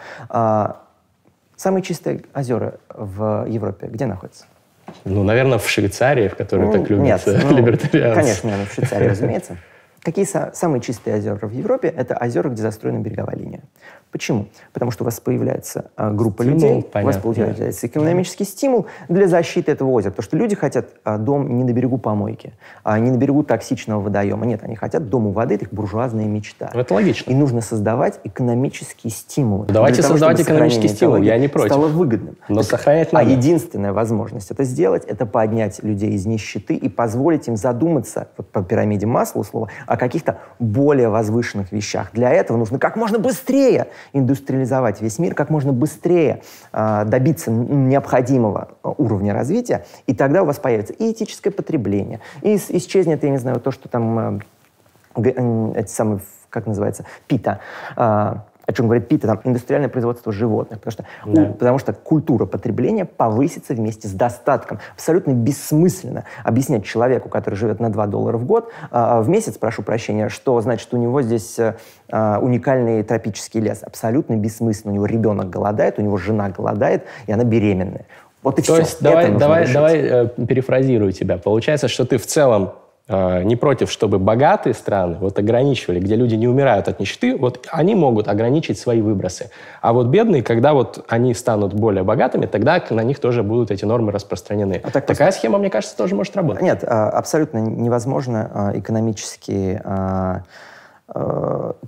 Самые чистые озера в Европе где находятся? Наверное, в Швейцарии, в которой так любят либертарианцы. Конечно, в Швейцарии, разумеется. Какие самые чистые озера в Европе? Это озера, где застроена береговая линия. Почему? Потому что у вас появляется группа людей, у вас появляется экономический стимул для защиты этого озера. Потому что люди хотят дом не на берегу помойки, не на берегу токсичного водоема. Нет, они хотят дом у воды, это их буржуазная мечта. Это логично. И нужно создавать экономические стимулы. Давайте создавать экономический стимул, я не против. Стало выгодным. Но сохранять надо. А единственная возможность это сделать, это поднять людей из нищеты и позволить им задуматься, вот по пирамиде Маслоу условно, о каких-то более возвышенных вещах. Для этого нужно как можно быстрее индустриализовать весь мир, как можно быстрее добиться необходимого уровня развития, и тогда у вас появится и этическое потребление, и исчезнет, я не знаю, то, что там, эти самые, как называется, ПИТа, о чем говорит ПИТа, там, индустриальное производство животных, потому что культура потребления повысится вместе с достатком. Абсолютно бессмысленно объяснять человеку, который живет на $2 в год, в месяц, прошу прощения, что значит у него здесь уникальный тропический лес. Абсолютно бессмысленно. У него ребенок голодает, у него жена голодает, и она беременная. Вот и все. То есть давай перефразирую тебя. Получается, что ты в целом не против, чтобы богатые страны вот ограничивали, где люди не умирают от нищеты, вот они могут ограничить свои выбросы. А вот бедные, когда вот они станут более богатыми, тогда на них тоже будут эти нормы распространены. Такая схема, мне кажется, тоже может работать. Нет, абсолютно невозможно экономически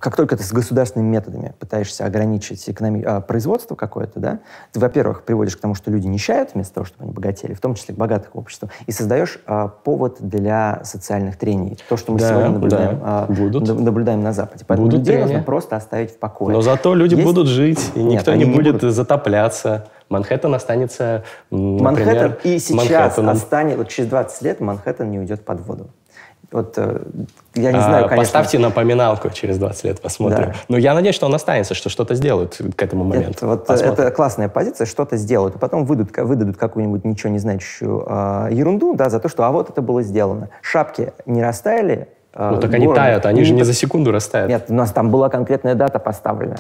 как только ты с государственными методами пытаешься ограничить производство какое-то, да, ты, во-первых, приводишь к тому, что люди нищают вместо того, чтобы они богатели, в том числе к богатых обществам, и создаешь повод для социальных трений. То, что мы сегодня наблюдаем на Западе. Поэтому людей нужно просто оставить в покое. Но зато люди будут жить, и никто не будет затопляться. Манхэттен останется, например, и сейчас останется, вот через 20 лет Манхэттен не уйдет под воду. Вот, я не знаю, конечно... Поставьте напоминалку, через 20 лет посмотрим. Да. Но я надеюсь, что он останется, что что-то сделают к этому моменту. Это классная позиция, что-то сделают. И потом выдадут какую-нибудь ничего не значащую ерунду, да, за то, что вот это было сделано. Шапки не растаяли. Ну так они тают, они же не за секунду растают. Нет, у нас там была конкретная дата поставлена.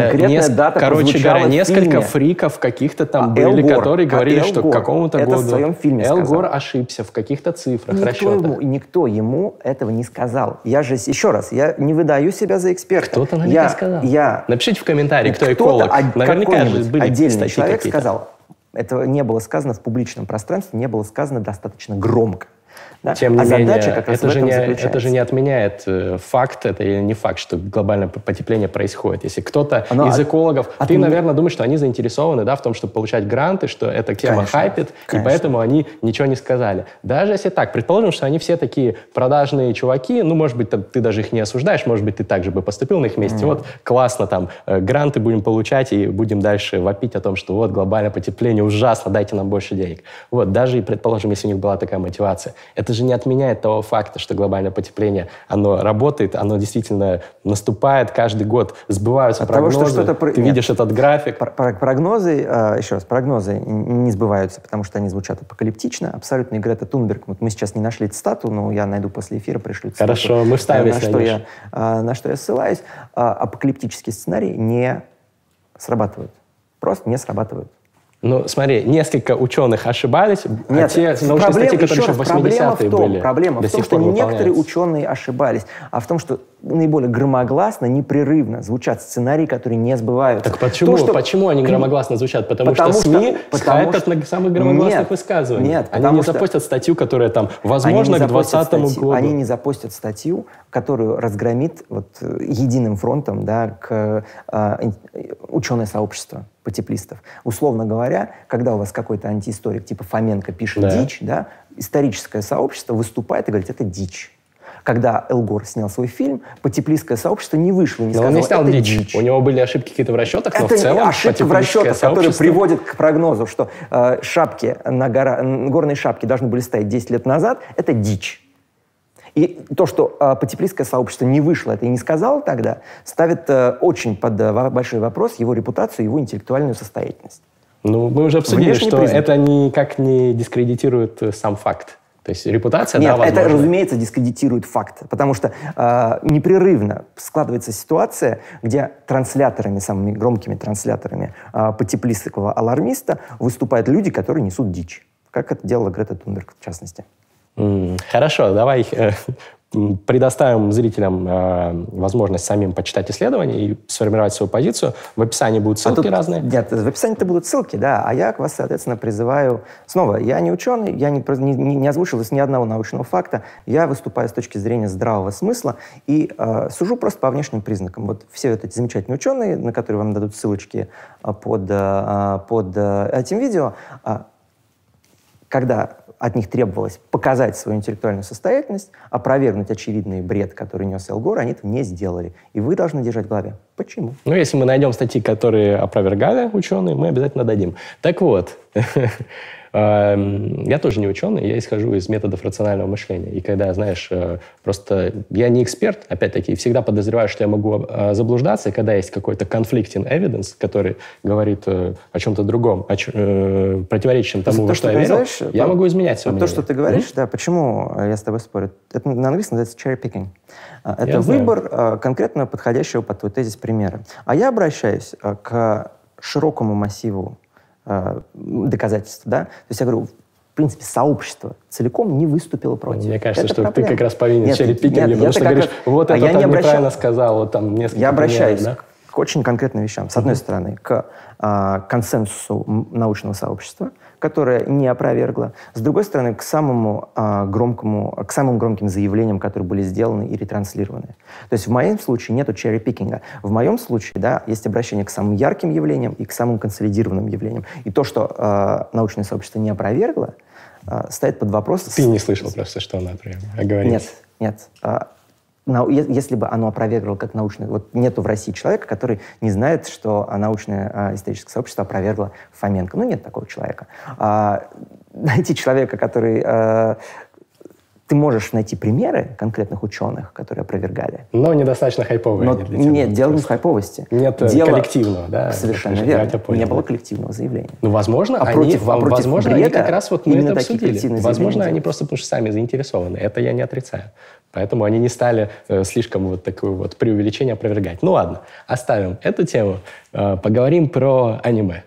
Короче говоря, несколько фриков каких-то там были, которые говорили, что к какому-то году в своем фильме Эл Гор ошибся в каких-то цифрах, расчетах. Никто ему этого не сказал. Я же, еще раз, я не выдаю себя за эксперта. Кто-то наверняка сказал. Напишите в комментарии, кто эколог. Наверняка же были отдельный человек сказал. Это не было сказано в публичном пространстве, не было сказано достаточно громко. Да? Тем не менее, это же не отменяет факт, это или не факт, что глобальное потепление происходит. Если кто-то из экологов... Ты, наверное, думаешь, что они заинтересованы, да, в том, чтобы получать гранты, что эта тема хайпит, и поэтому они ничего не сказали. Даже если так, предположим, что они все такие продажные чуваки, ну, может быть, ты даже их не осуждаешь, может быть, ты так же бы поступил на их месте. Вот классно, там, гранты будем получать и будем дальше вопить о том, что вот глобальное потепление ужасно, дайте нам больше денег. Вот, даже, предположим, если у них была такая мотивация. Это же не отменяет того факта, что глобальное потепление, оно работает, оно действительно наступает каждый год, сбываются прогнозы. Ты видишь этот график. Прогнозы, еще раз, прогнозы не сбываются, потому что они звучат апокалиптично. Абсолютно. И Грета Тунберг, вот мы сейчас не нашли цитату, но я найду после эфира, пришлю цитату. Хорошо, мы вставим, если на что я ссылаюсь. Апокалиптические сценарии не срабатывают. Просто не срабатывают. Ну, смотри, несколько ученых ошибались, а те научные статьи, которые еще в 80-е были, проблема в том, что некоторые ученые ошибались, а в том, что наиболее громогласно, непрерывно звучат сценарии, которые не сбываются. Так почему они громогласно звучат? Потому что СМИ скайпят на самых громогласных высказываний. Нет, они не запостят статью, которая там, возможно, к 2020 году. Они не запостят статью, которую разгромит единым фронтом, да, ученое сообщество потеплистов. Условно говоря, когда у вас какой-то антиисторик типа Фоменко пишет дичь, да, историческое сообщество выступает и говорит, это дичь. Когда Эл Гор снял свой фильм, потеплистское сообщество не вышло и не сказало, он не снял это дичь. У него были ошибки какие-то в расчетах, но в целом это ошибки в расчетах, которые приводят к прогнозу, что горные шапки должны были стоять 10 лет назад, это дичь. И то, что потеплистское сообщество не вышло это и не сказало тогда, ставит очень под большой вопрос его репутацию, его интеллектуальную состоятельность. Ну, мы уже обсудили, что это никак не дискредитирует сам факт. То есть репутация, Нет, возможно. Это, разумеется, дискредитирует факт, потому что непрерывно складывается ситуация, где трансляторами, самыми громкими трансляторами потеплистского алармиста выступают люди, которые несут дичь. Как это делала Грета Тунберг, в частности. Хорошо, давай предоставим зрителям возможность самим почитать исследования и сформировать свою позицию. В описании будут ссылки разные. Нет, в описании-то будут ссылки, да, а я вас, соответственно, призываю... Снова, я не ученый, я не озвучил здесь ни одного научного факта, я выступаю с точки зрения здравого смысла и сужу просто по внешним признакам. Вот все вот эти замечательные ученые, на которые вам дадут ссылочки под этим видео, когда от них требовалось показать свою интеллектуальную состоятельность, опровергнуть очевидный бред, который нес Эл Гор, они это не сделали. И вы должны держать в голове. Почему? Ну, если мы найдем статьи, которые опровергали ученые, мы обязательно дадим. Так вот, я тоже не ученый, я исхожу из методов рационального мышления. И когда, знаешь, просто я не эксперт, опять-таки, всегда подозреваю, что я могу заблуждаться, и когда есть какой-то conflicting evidence, который говорит о чем-то другом, противоречащем тому, во что я верил, я могу изменять свое мнение. То, что ты говоришь, да, почему я с тобой спорю, это на английском называется cherry picking. Это выбор конкретно подходящего под твой тезис примера. А я обращаюсь к широкому массиву доказательств, да? То есть я говорю, в принципе, сообщество целиком не выступило против. Мне кажется, это что проблема. Ты как раз повинен черри-пикинге, потому что говоришь, вот это там неправильно сказал, вот там несколько Я обращаюсь к очень конкретным вещам. С одной стороны, к консенсусу научного сообщества, которое не опровергло. С другой стороны, к самым громким заявлениям, которые были сделаны и ретранслированы. То есть в моем случае нету черри-пикинга. В моем случае, да, есть обращение к самым ярким явлениям и к самым консолидированным явлениям. И то, что научное сообщество не опровергло, ставит под вопрос... Ты не слышал просто, что оно опровергло? Нет. Если бы оно опровергло как научное... Вот нету в России человека, который не знает, что научное историческое сообщество опровергло Фоменко. Ну, нет такого человека. Найти человека, который... Ты можешь найти примеры конкретных ученых, которые опровергали. Но недостаточно хайповые. Нет, дело не в хайповости. Нет коллективного, да? Совершенно верно. Не было коллективного заявления. Ну, возможно, возможно, они как раз вот мы это обсудили. Возможно, они просто потому что сами заинтересованы. Это я не отрицаю. Поэтому они не стали слишком вот такое вот преувеличение опровергать. Ну ладно, оставим эту тему. Поговорим про аниме.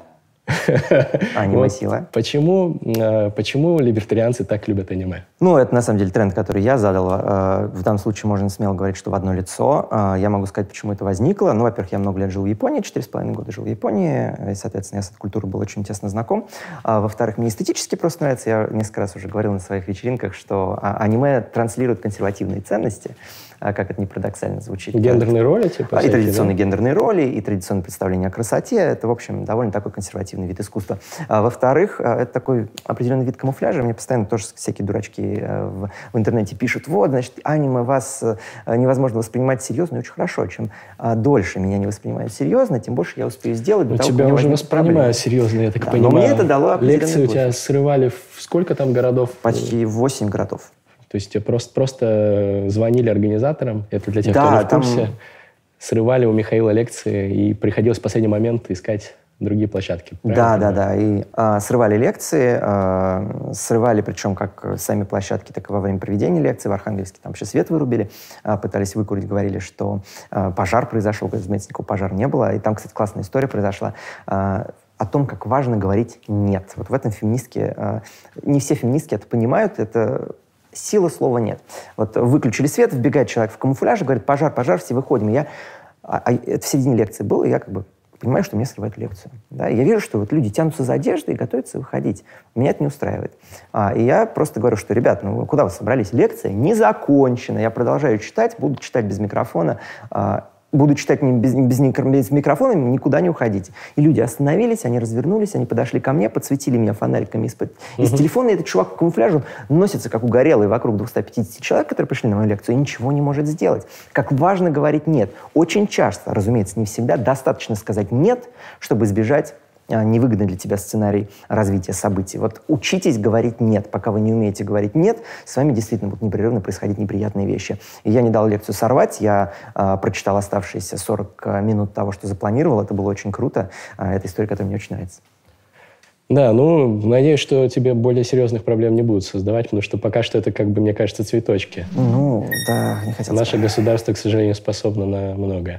Аниме-сила. Почему либертарианцы так любят аниме? Ну, это на самом деле тренд, который я задал. В данном случае можно смело говорить, что в одно лицо. Я могу сказать, почему это возникло. Ну, во-первых, я много лет жил в Японии, 4,5 года жил в Японии, и, соответственно, я с этой культурой был очень тесно знаком. Во-вторых, мне эстетически просто нравится. Я несколько раз уже говорил на своих вечеринках, что аниме транслирует консервативные ценности, как это не парадоксально звучит. Гендерные роли, типа? И традиционные гендерные роли, и традиционные представления о красоте. Это, в общем, довольно такой консервативный вид искусства. Во-вторых, это такой определенный вид камуфляжа. Мне постоянно тоже всякие дурачки в интернете пишут: вот, значит, аниме вас невозможно воспринимать серьезно. И очень хорошо. Чем дольше меня не воспринимают серьезно, тем больше я успею сделать. У тебя уже воспринимают серьезно, я так понимаю. Но мне это дало лекции у тебя срывали в сколько там городов? Почти 8 городов. То есть тебе просто звонили организаторам, это для тех, кто не в курсе, срывали у Михаила лекции, и приходилось в последний момент искать другие площадки. Да. И срывали лекции, срывали причем как сами площадки, так и во время проведения лекций. В Архангельске там вообще свет вырубили, пытались выкурить, говорили, что пожар произошел, разумеется, никакого пожара не было. И там, кстати, классная история произошла о том, как важно говорить «нет». Вот в этом феминистки, не все феминистки это понимают, это... Сила слова нет. Вот выключили свет, вбегает человек в камуфляже, говорит: пожар, все выходим. Это в середине лекции было, и я как бы понимаю, что мне срывают лекцию. Да? Я вижу, что вот люди тянутся за одеждой и готовятся выходить. Меня это не устраивает. И я просто говорю, что, ребят, ну куда вы собрались? Лекция не закончена. Я продолжаю читать, буду читать без микрофона. Буду читать без микрофона, никуда не уходите. И люди остановились, они развернулись, они подошли ко мне, подсветили меня фонариками из телефона, и этот чувак в камуфляже носится, как угорелый, вокруг 250 человек, которые пришли на мою лекцию, и ничего не может сделать. Как важно говорить «нет». Очень часто, разумеется, не всегда, достаточно сказать «нет», чтобы избежать невыгодный для тебя сценарий развития событий. Вот учитесь говорить «нет». Пока вы не умеете говорить «нет», с вами действительно будут непрерывно происходить неприятные вещи. И я не дал лекцию сорвать, я прочитал оставшиеся 40 минут того, что запланировал. Это было очень круто. Это история, которая мне очень нравится. Да, ну, надеюсь, что тебе более серьезных проблем не будут создавать, потому что пока что это, как бы, мне кажется, цветочки. Ну, да, не хотел Наше государство, к сожалению, способно на многое.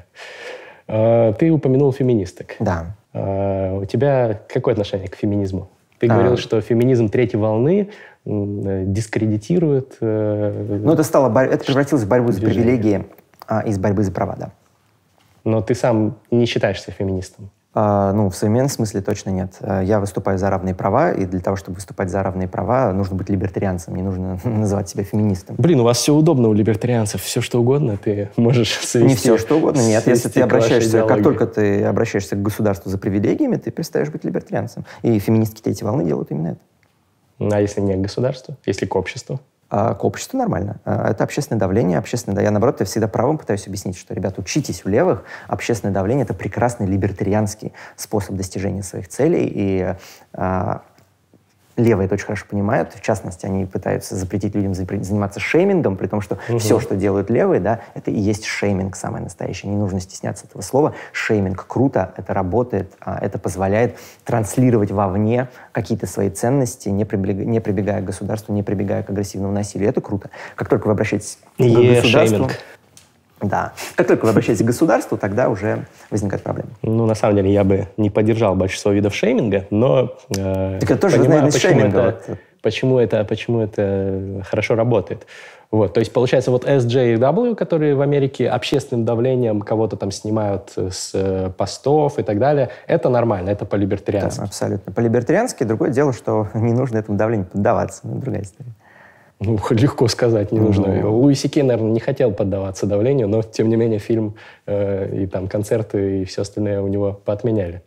Ты упомянул феминисток. Да. У тебя какое отношение к феминизму? Ты говорил, что феминизм третьей волны дискредитирует... Ну, это превратилось в борьбу за привилегии из борьбы за права, да. Но ты сам не считаешься феминистом? Ну, в современном смысле точно нет. Я выступаю за равные права, и для того, чтобы выступать за равные права, нужно быть либертарианцем, не нужно называть себя феминистом. Блин, у вас все удобно у либертарианцев. Все, что угодно, ты можешь свести. Не все, что угодно, нет. Если ты обращаешься, как только ты обращаешься к государству за привилегиями, ты перестаешь быть либертарианцем. И феминистки третьей волны делают именно это. А если не к государству? Если к обществу? К обществу нормально. Это общественное давление. Я, наоборот, всегда правым пытаюсь объяснить, что, ребят, учитесь у левых. Общественное давление — это прекрасный либертарианский способ достижения своих целей. И левые это очень хорошо понимают. В частности, они пытаются запретить людям заниматься шеймингом, при том, что все, что делают левые, да, это и есть шейминг самый настоящий. Не нужно стесняться этого слова. Шейминг круто, это работает, это позволяет транслировать вовне какие-то свои ценности, не прибегая к государству, не прибегая к агрессивному насилию. Это круто. Как только вы обращаетесь к государству... Шейминг. Да. Как только вы обращаетесь к государству, тогда уже возникают проблемы. Ну, на самом деле, я бы не поддержал большинство видов шейминга, но так это тоже понимаю, почему это хорошо работает. Вот, то есть, получается, вот SJW, которые в Америке общественным давлением кого-то там снимают с постов и так далее, это нормально, это по-либертариански. Да, абсолютно. По-либертариански. Другое дело, что не нужно этому давлению поддаваться. Другая история. Ну, легко сказать, не нужно. Луи Си Кей, наверное, не хотел поддаваться давлению, но, тем не менее, фильм и там концерты и все остальное у него поотменяли.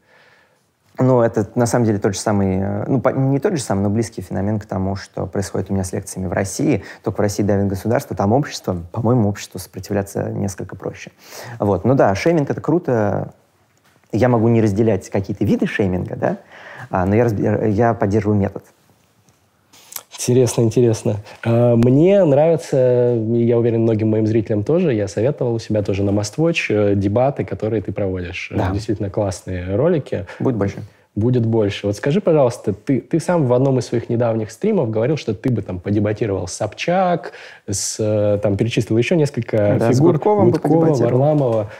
Ну, это на самом деле тот же самый, ну, не тот же самый, но близкий феномен к тому, что происходит у меня с лекциями в России. Только в России давит государство, там общество, по-моему, обществу сопротивляться несколько проще. Вот. Ну да, шейминг — это круто. Я могу не разделять какие-то виды шейминга, да, но я поддерживаю метод. Интересно, интересно. Мне нравится, я уверен, многим моим зрителям тоже, я советовал у себя тоже на Must-Watch дебаты, которые ты проводишь. Да. Действительно классные ролики. Будет больше. Будет больше. Вот скажи, пожалуйста, ты сам в одном из своих недавних стримов говорил, что ты бы там подебатировал с Собчак, там перечислил еще несколько фигур. С Гудковым Гудкова, Варламова.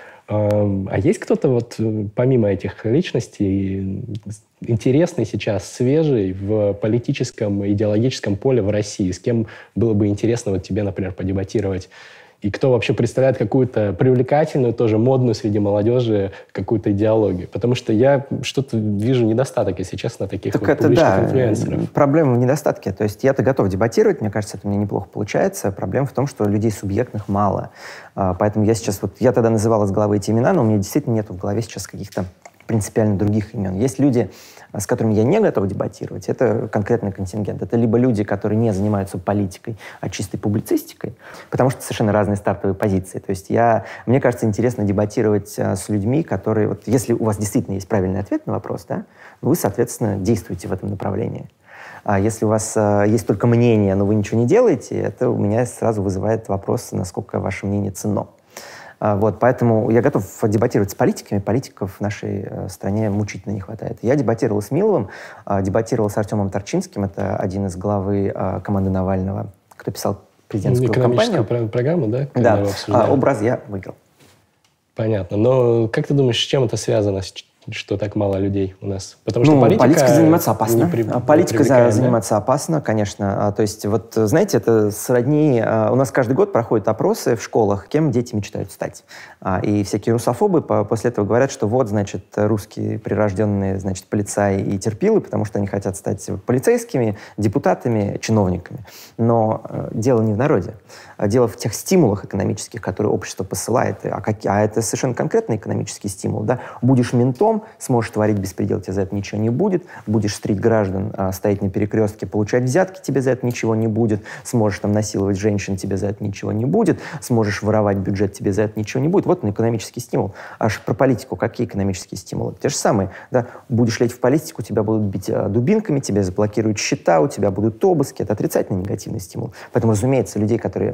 А есть кто-то вот помимо этих личностей интересный сейчас, свежий в политическом, идеологическом поле в России? С кем было бы интересно вот тебе, например, подебатировать? И кто вообще представляет какую-то привлекательную, тоже модную среди молодежи какую-то идеологию? Потому что я что-то вижу недостаток, если честно, таких вот публичных инфлюенсеров. Проблема в недостатке. То есть я-то готов дебатировать, мне кажется, это у меня неплохо получается. Проблема в том, что людей субъектных мало. Поэтому я сейчас, вот я тогда называл из головы эти имена, но у меня действительно нет в голове сейчас каких-то принципиально других имен. Есть люди, с которыми я не готов дебатировать, это конкретный контингент. Это либо люди, которые не занимаются политикой, а чистой публицистикой, потому что совершенно разные стартовые позиции. То есть мне кажется, интересно дебатировать с людьми, которые... Вот, если у вас действительно есть правильный ответ на вопрос, да, вы, соответственно, действуете в этом направлении. А если у вас есть только мнение, но вы ничего не делаете, это у меня сразу вызывает вопрос, насколько ваше мнение ценно. Вот, поэтому я готов дебатировать с политиками. Политиков в нашей стране мучительно не хватает. Я дебатировал с Миловым, дебатировал с Артемом Торчинским, это один из главы команды Навального, кто писал президентскую кампанию. Экономическую программу, да? Да, образ я выиграл. Понятно. Но как ты думаешь, с чем это связано, что так мало людей у нас? Потому что политикой заниматься опасно. Политикой заниматься опасно, конечно. То есть, вот, знаете, это сродни... У нас каждый год проходят опросы в школах, кем дети мечтают стать. И всякие русофобы после этого говорят, что вот, значит, русские прирожденные, значит, полицаи и терпилы, потому что они хотят стать полицейскими, депутатами, чиновниками. Но дело не в народе. Дело в тех стимулах экономических, которые общество посылает. А это совершенно конкретный экономический стимул. Да? Будешь ментом, сможешь творить беспредел, тебе за это ничего не будет. Будешь стрить граждан, стоять на перекрестке, получать взятки, тебе за это ничего не будет. Сможешь там насиловать женщин, тебе за это ничего не будет. Сможешь воровать бюджет, тебе за это ничего не будет. Вот он, экономический стимул. Аж про политику какие экономические стимулы? Те же самые. Да? Будешь лезть в политику, тебя будут бить дубинками, тебе заблокируют счета, у тебя будут обыски. Это отрицательный негативный стимул. Поэтому, разумеется, людей, которые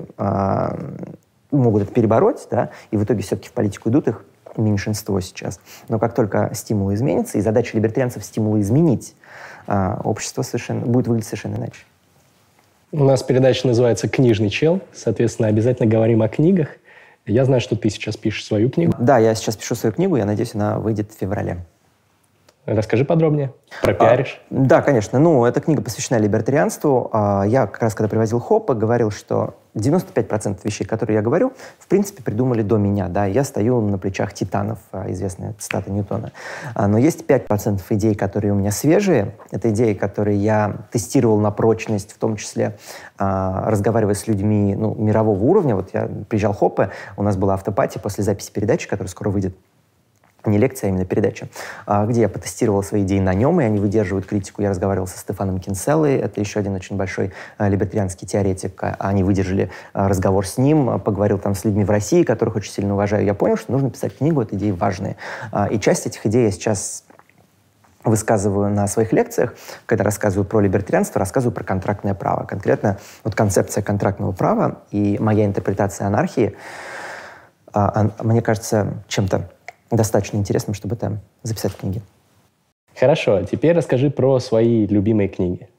могут это перебороть, да, и в итоге все-таки в политику идут, их меньшинство сейчас. Но как только стимулы изменятся, и задача либертарианцев стимулы изменить, общество будет выглядеть совершенно иначе. У нас передача называется «Книжный чел», соответственно, обязательно говорим о книгах. Я знаю, что ты сейчас пишешь свою книгу. Да, я сейчас пишу свою книгу, я надеюсь, она выйдет в феврале. Расскажи подробнее. Пропиаришь? Да, конечно. Ну, эта книга посвящена либертарианству. Я как раз, когда привозил Хоппа, говорил, что 95% вещей, которые я говорю, в принципе, придумали до меня. Да? Я стою на плечах титанов, известная цитата Ньютона. Но есть 5% идей, которые у меня свежие. Это идеи, которые я тестировал на прочность, в том числе разговаривая с людьми мирового уровня. Вот я приезжал в Хоппа, у нас была автопати после записи передачи, которая скоро выйдет. Не лекция, а именно передача, где я потестировал свои идеи на нем, и они выдерживают критику. Я разговаривал со Стефаном Кинселлой, это еще один очень большой либертарианский теоретик. Они выдержали разговор с ним, поговорил там с людьми в России, которых очень сильно уважаю. Я понял, что нужно писать книгу, это идеи важные. И часть этих идей я сейчас высказываю на своих лекциях, когда рассказываю про либертарианство, рассказываю про контрактное право. Конкретно вот концепция контрактного права и моя интерпретация анархии, мне кажется, чем-то достаточно интересным, чтобы там записать книги. Хорошо, теперь расскажи про свои любимые книги.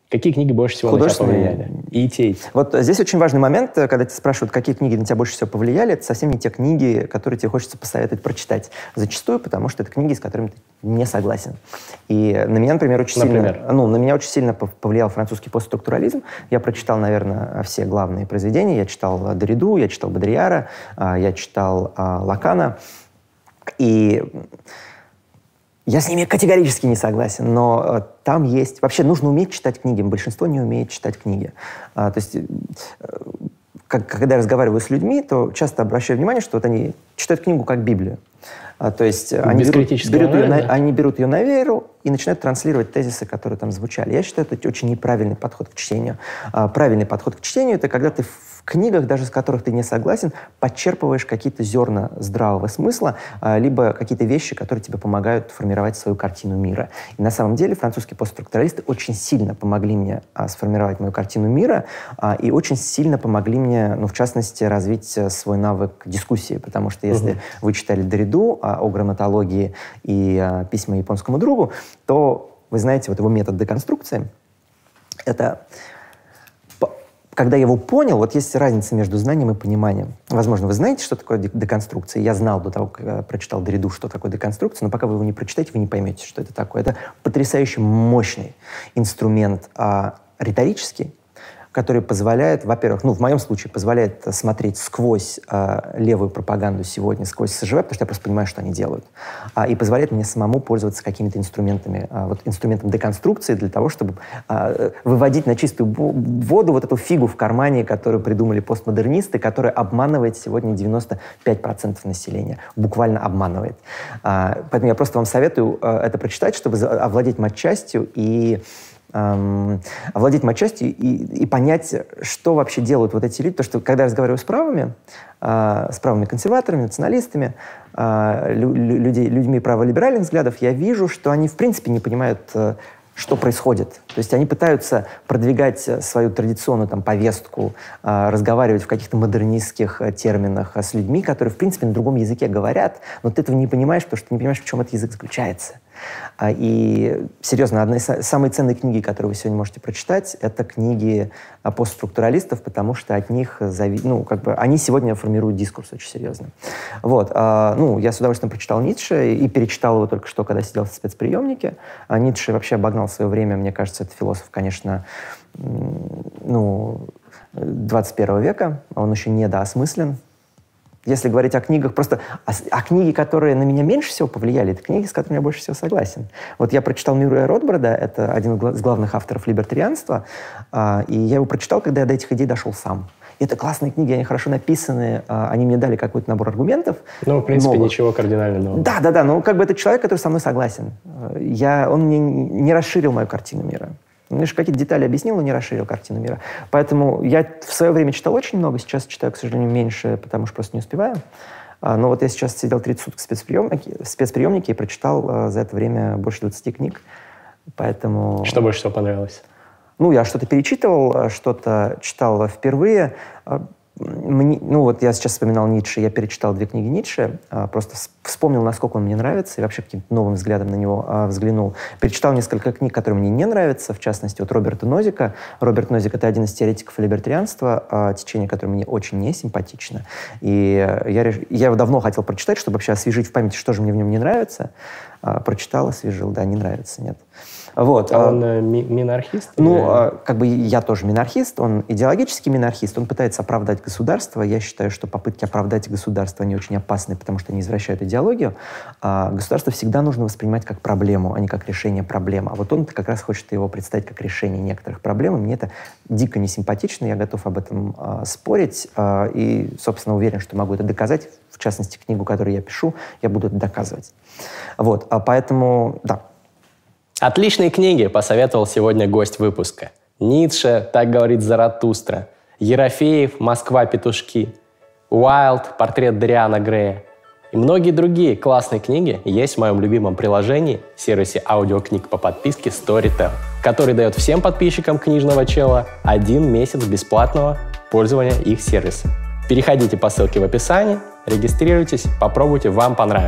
Какие книги больше всего на тебя повлияли? И те. Вот здесь очень важный момент, когда тебя спрашивают, какие книги на тебя больше всего повлияли, это совсем не те книги, которые тебе хочется посоветовать прочитать. Зачастую, потому что это книги, с которыми ты не согласен. И на меня, например, очень сильно повлиял французский постструктурализм. Я прочитал, наверное, все главные произведения. Я читал Дориду, я читал Бодрияра, я читал Лакана. И я с ними категорически не согласен, но там есть... Вообще нужно уметь читать книги. Большинство не умеет читать книги. То есть, когда я разговариваю с людьми, то часто обращаю внимание, что вот они читают книгу как Библию. То есть они берут ее на веру и начинают транслировать тезисы, которые там звучали. Я считаю, это очень неправильный подход к чтению. Правильный подход к чтению — это когда ты в книгах, даже с которых ты не согласен, подчерпываешь какие-то зерна здравого смысла, либо какие-то вещи, которые тебе помогают формировать свою картину мира. И на самом деле французские постструктуралисты очень сильно помогли мне сформировать мою картину мира и очень сильно помогли мне, в частности, развить свой навык дискуссии. Потому что если вы читали Дориду о грамматологии и письма японскому другу, то вы знаете, вот его метод деконструкции — это... Когда я его понял, вот есть разница между знанием и пониманием. Возможно, вы знаете, что такое деконструкция. Я знал до того, как я прочитал Дориду, что такое деконструкция, но пока вы его не прочитаете, вы не поймете, что это такое. Это потрясающе мощный инструмент риторический, который позволяет, во-первых, в моем случае позволяет смотреть сквозь левую пропаганду сегодня, сквозь СЖВ, потому что я просто понимаю, что они делают, и позволяет мне самому пользоваться какими-то инструментами, инструментом деконструкции для того, чтобы выводить на чистую воду вот эту фигу в кармане, которую придумали постмодернисты, которая обманывает сегодня 95% населения, буквально обманывает. Поэтому я просто вам советую это прочитать, чтобы овладеть матчастью и понять, что вообще делают вот эти люди. Потому что, когда я разговариваю с правыми консерваторами, националистами, людьми праволиберальных взглядов, я вижу, что они в принципе не понимают, что происходит. То есть они пытаются продвигать свою традиционную повестку, разговаривать в каких-то модернистских терминах с людьми, которые, в принципе, на другом языке говорят, но ты этого не понимаешь, потому что ты не понимаешь, в чем этот язык заключается. И, серьезно, одна из самых ценных книг, которые вы сегодня можете прочитать, это книги постструктуралистов, потому что от них они сегодня формируют дискурс очень серьезно. Вот. Я с удовольствием прочитал Ницше и перечитал его только что, когда сидел в спецприемнике. Ницше вообще обогнал свое время. Мне кажется, это философ, конечно, 21 века. Он еще недоосмыслен. Если говорить о книгах, просто о книге, которые на меня меньше всего повлияли, это книги, с которыми я больше всего согласен. Вот я прочитал Мюррея Ротбарда, это один из главных авторов либертарианства, и я его прочитал, когда я до этих идей дошел сам. И это классные книги, они хорошо написаны, они мне дали какой-то набор аргументов. В принципе, ничего кардинального. Да, это человек, который со мной согласен. Он мне не расширил мою картину мира. Он лишь какие-то детали объяснил, но не расширил картину мира. Поэтому я в свое время читал очень много, сейчас читаю, к сожалению, меньше, потому что просто не успеваю. Но вот я сейчас сидел 30 суток в спецприемнике и прочитал за это время больше 20 книг. Поэтому... Что больше всего понравилось? Я что-то перечитывал, что-то читал впервые. Я сейчас вспоминал Ницше, я перечитал 2 книги Ницше, просто вспомнил, насколько он мне нравится, и вообще каким-то новым взглядом на него взглянул. Перечитал несколько книг, которые мне не нравятся, в частности, Роберта Нозика. Роберт Нозик — это один из теоретиков либертарианства, течение, которое мне очень не симпатично. И я его давно хотел прочитать, чтобы вообще освежить в памяти, что же мне в нем не нравится. Прочитал, освежил, не нравится, нет. Вот. А он минархист? Я тоже минархист, он идеологический минархист, он пытается оправдать государство. Я считаю, что попытки оправдать государство, они очень опасны, потому что они извращают идеологию. Государство всегда нужно воспринимать как проблему, а не как решение проблемы. А вот он как раз хочет его представить как решение некоторых проблем, и мне это дико несимпатично, я готов об этом спорить, и, собственно, уверен, что могу это доказать. В частности, книгу, которую я пишу, я буду это доказывать. Вот, поэтому, да. Отличные книги посоветовал сегодня гость выпуска. Ницше «Так говорит Заратустра», Ерофеев «Москва-петушки», Уайлд «Портрет Дориана Грея» и многие другие классные книги есть в моем любимом приложении, сервисе аудиокниг по подписке Storytel, который дает всем подписчикам книжного чела 1 месяц бесплатного пользования их сервисом. Переходите по ссылке в описании, регистрируйтесь, попробуйте, вам понравится.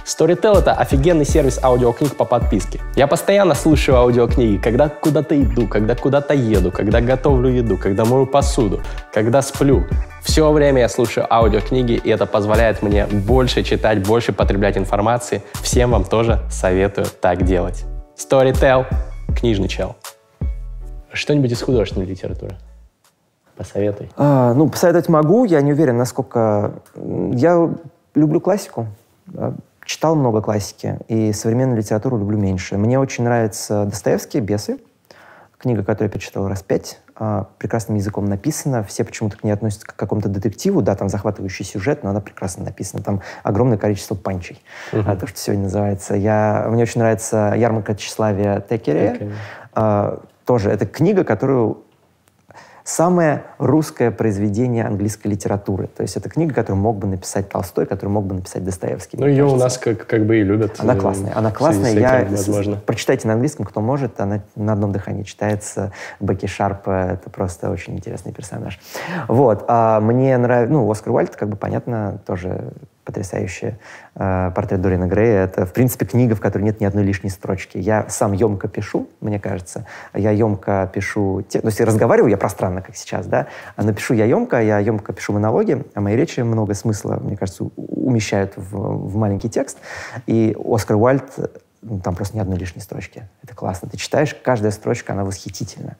Storytel — это офигенный сервис аудиокниг по подписке. Я постоянно слушаю аудиокниги, когда куда-то иду, когда куда-то еду, когда готовлю еду, когда мою посуду, когда сплю. Все время я слушаю аудиокниги, и это позволяет мне больше читать, больше потреблять информации. Всем вам тоже советую так делать. Storytel — книжный чел. Что-нибудь из художественной литературы? Посоветуй. Посоветовать могу. Я не уверен, насколько... Я люблю классику. Читал много классики. И современную литературу люблю меньше. Мне очень нравится Достоевский «Бесы». Книга, которую я перечитал раз 5. Прекрасным языком написана. Все почему-то к ней относятся как к какому-то детективу. Да, там захватывающий сюжет, но она прекрасно написана. Там огромное количество панчей. То, что сегодня называется. Мне очень нравится «Ярмарка тщеславия» Теккерея. Тоже это книга, которую... Самое русское произведение английской литературы. То есть это книга, которую мог бы написать Толстой, которую мог бы написать Достоевский. Ее у нас как бы и любят. Она классная. Она классная. Прочитайте на английском, кто может. Она на одном дыхании читается. Бекки Шарп — это просто очень интересный персонаж. Вот. Мне нравится... Оскар Уайльд, как бы понятно, тоже потрясающий портрет Дориана Грея. Это, в принципе, книга, в которой нет ни одной лишней строчки. Я сам емко пишу, мне кажется. Я емко пишу... если разговариваю, я пространно, как сейчас, да, но пишу я емко пишу монологи, а мои речи много смысла, мне кажется, умещают в маленький текст. И Оскар Уайльд, там просто ни одной лишней строчки. Это классно. Ты читаешь, каждая строчка, она восхитительна.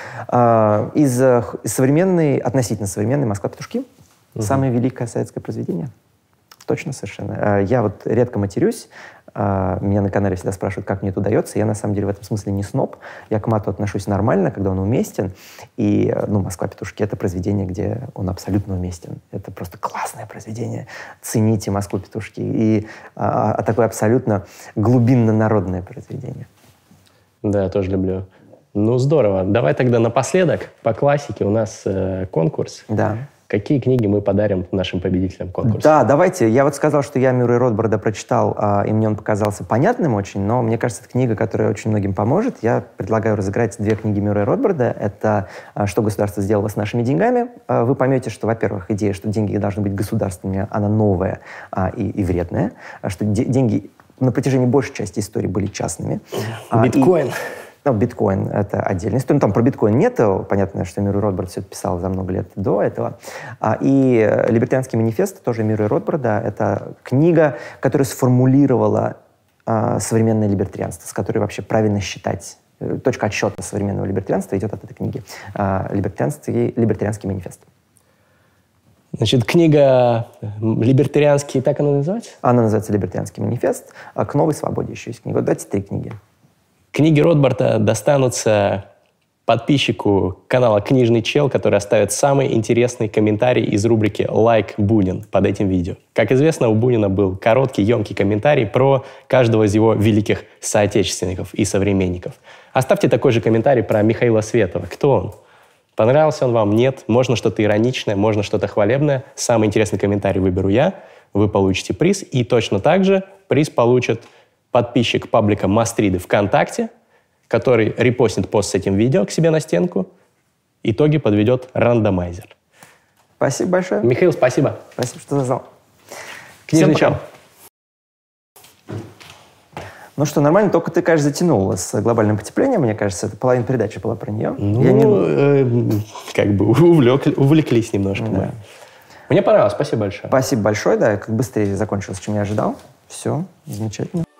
Из относительно современной «Москва-петушки» самое великое советское произведение. Точно, совершенно. Я вот редко матерюсь. Меня на канале всегда спрашивают, как мне это удается. Я, на самом деле, в этом смысле не сноб. Я к мату отношусь нормально, когда он уместен. И, «Москва-петушки» — это произведение, где он абсолютно уместен. Это просто классное произведение. Цените «Москву-петушки». И такое абсолютно глубинно-народное произведение. Да, я тоже люблю. Здорово. Давай тогда напоследок, по классике, у нас конкурс. Да. Какие книги мы подарим нашим победителям конкурса? Да, давайте. Я вот сказал, что я Мюррея Ротбарда прочитал, и мне он показался понятным очень, но мне кажется, это книга, которая очень многим поможет. Я предлагаю разыграть 2 книги Мюррея Ротбарда. Это «Что государство сделало с нашими деньгами». Вы поймете, что, во-первых, идея, что деньги должны быть государственными, она новая и вредная, что деньги на протяжении большей части истории были частными. Биткоин. Биткоин — это отдельная история. Там про биткоин нет. Понятно, что Мюррей Ротбард все это писал за много лет до этого. И «Либертарианский манифест» тоже Мюррея Ротбарда. Это книга, которая сформулировала современное либертарианство, с которой вообще правильно считать. Точка отсчета современного либертарианства идет от этой книги. «Либертарианский манифест». Значит, книга «Либертарианский», так она называется? Она называется «Либертарианский манифест». К новой свободе еще есть книга. Вот давайте 3 книги. Книги Ротбарда достанутся подписчику канала «Книжный чел», который оставит самый интересный комментарий из рубрики «Лайк Бунин» под этим видео. Как известно, у Бунина был короткий, емкий комментарий про каждого из его великих соотечественников и современников. Оставьте такой же комментарий про Михаила Светова. Кто он? Понравился он вам? Нет. Можно что-то ироничное, можно что-то хвалебное. Самый интересный комментарий выберу я. Вы получите приз. И точно так же приз получит подписчик паблика Мастриды ВКонтакте, который репостнет пост с этим видео к себе на стенку. Итоги подведет рандомайзер. Спасибо большое. Михаил, спасибо. Спасибо, что назвал. Книжный чел. Ну что, нормально, только ты, конечно, затянул с глобальным потеплением, мне кажется, это половина передачи была про нее. Как бы увлеклись немножко, да. Мне понравилось, спасибо большое. Спасибо большое, да, как быстрее закончилось, чем я ожидал. Все, замечательно.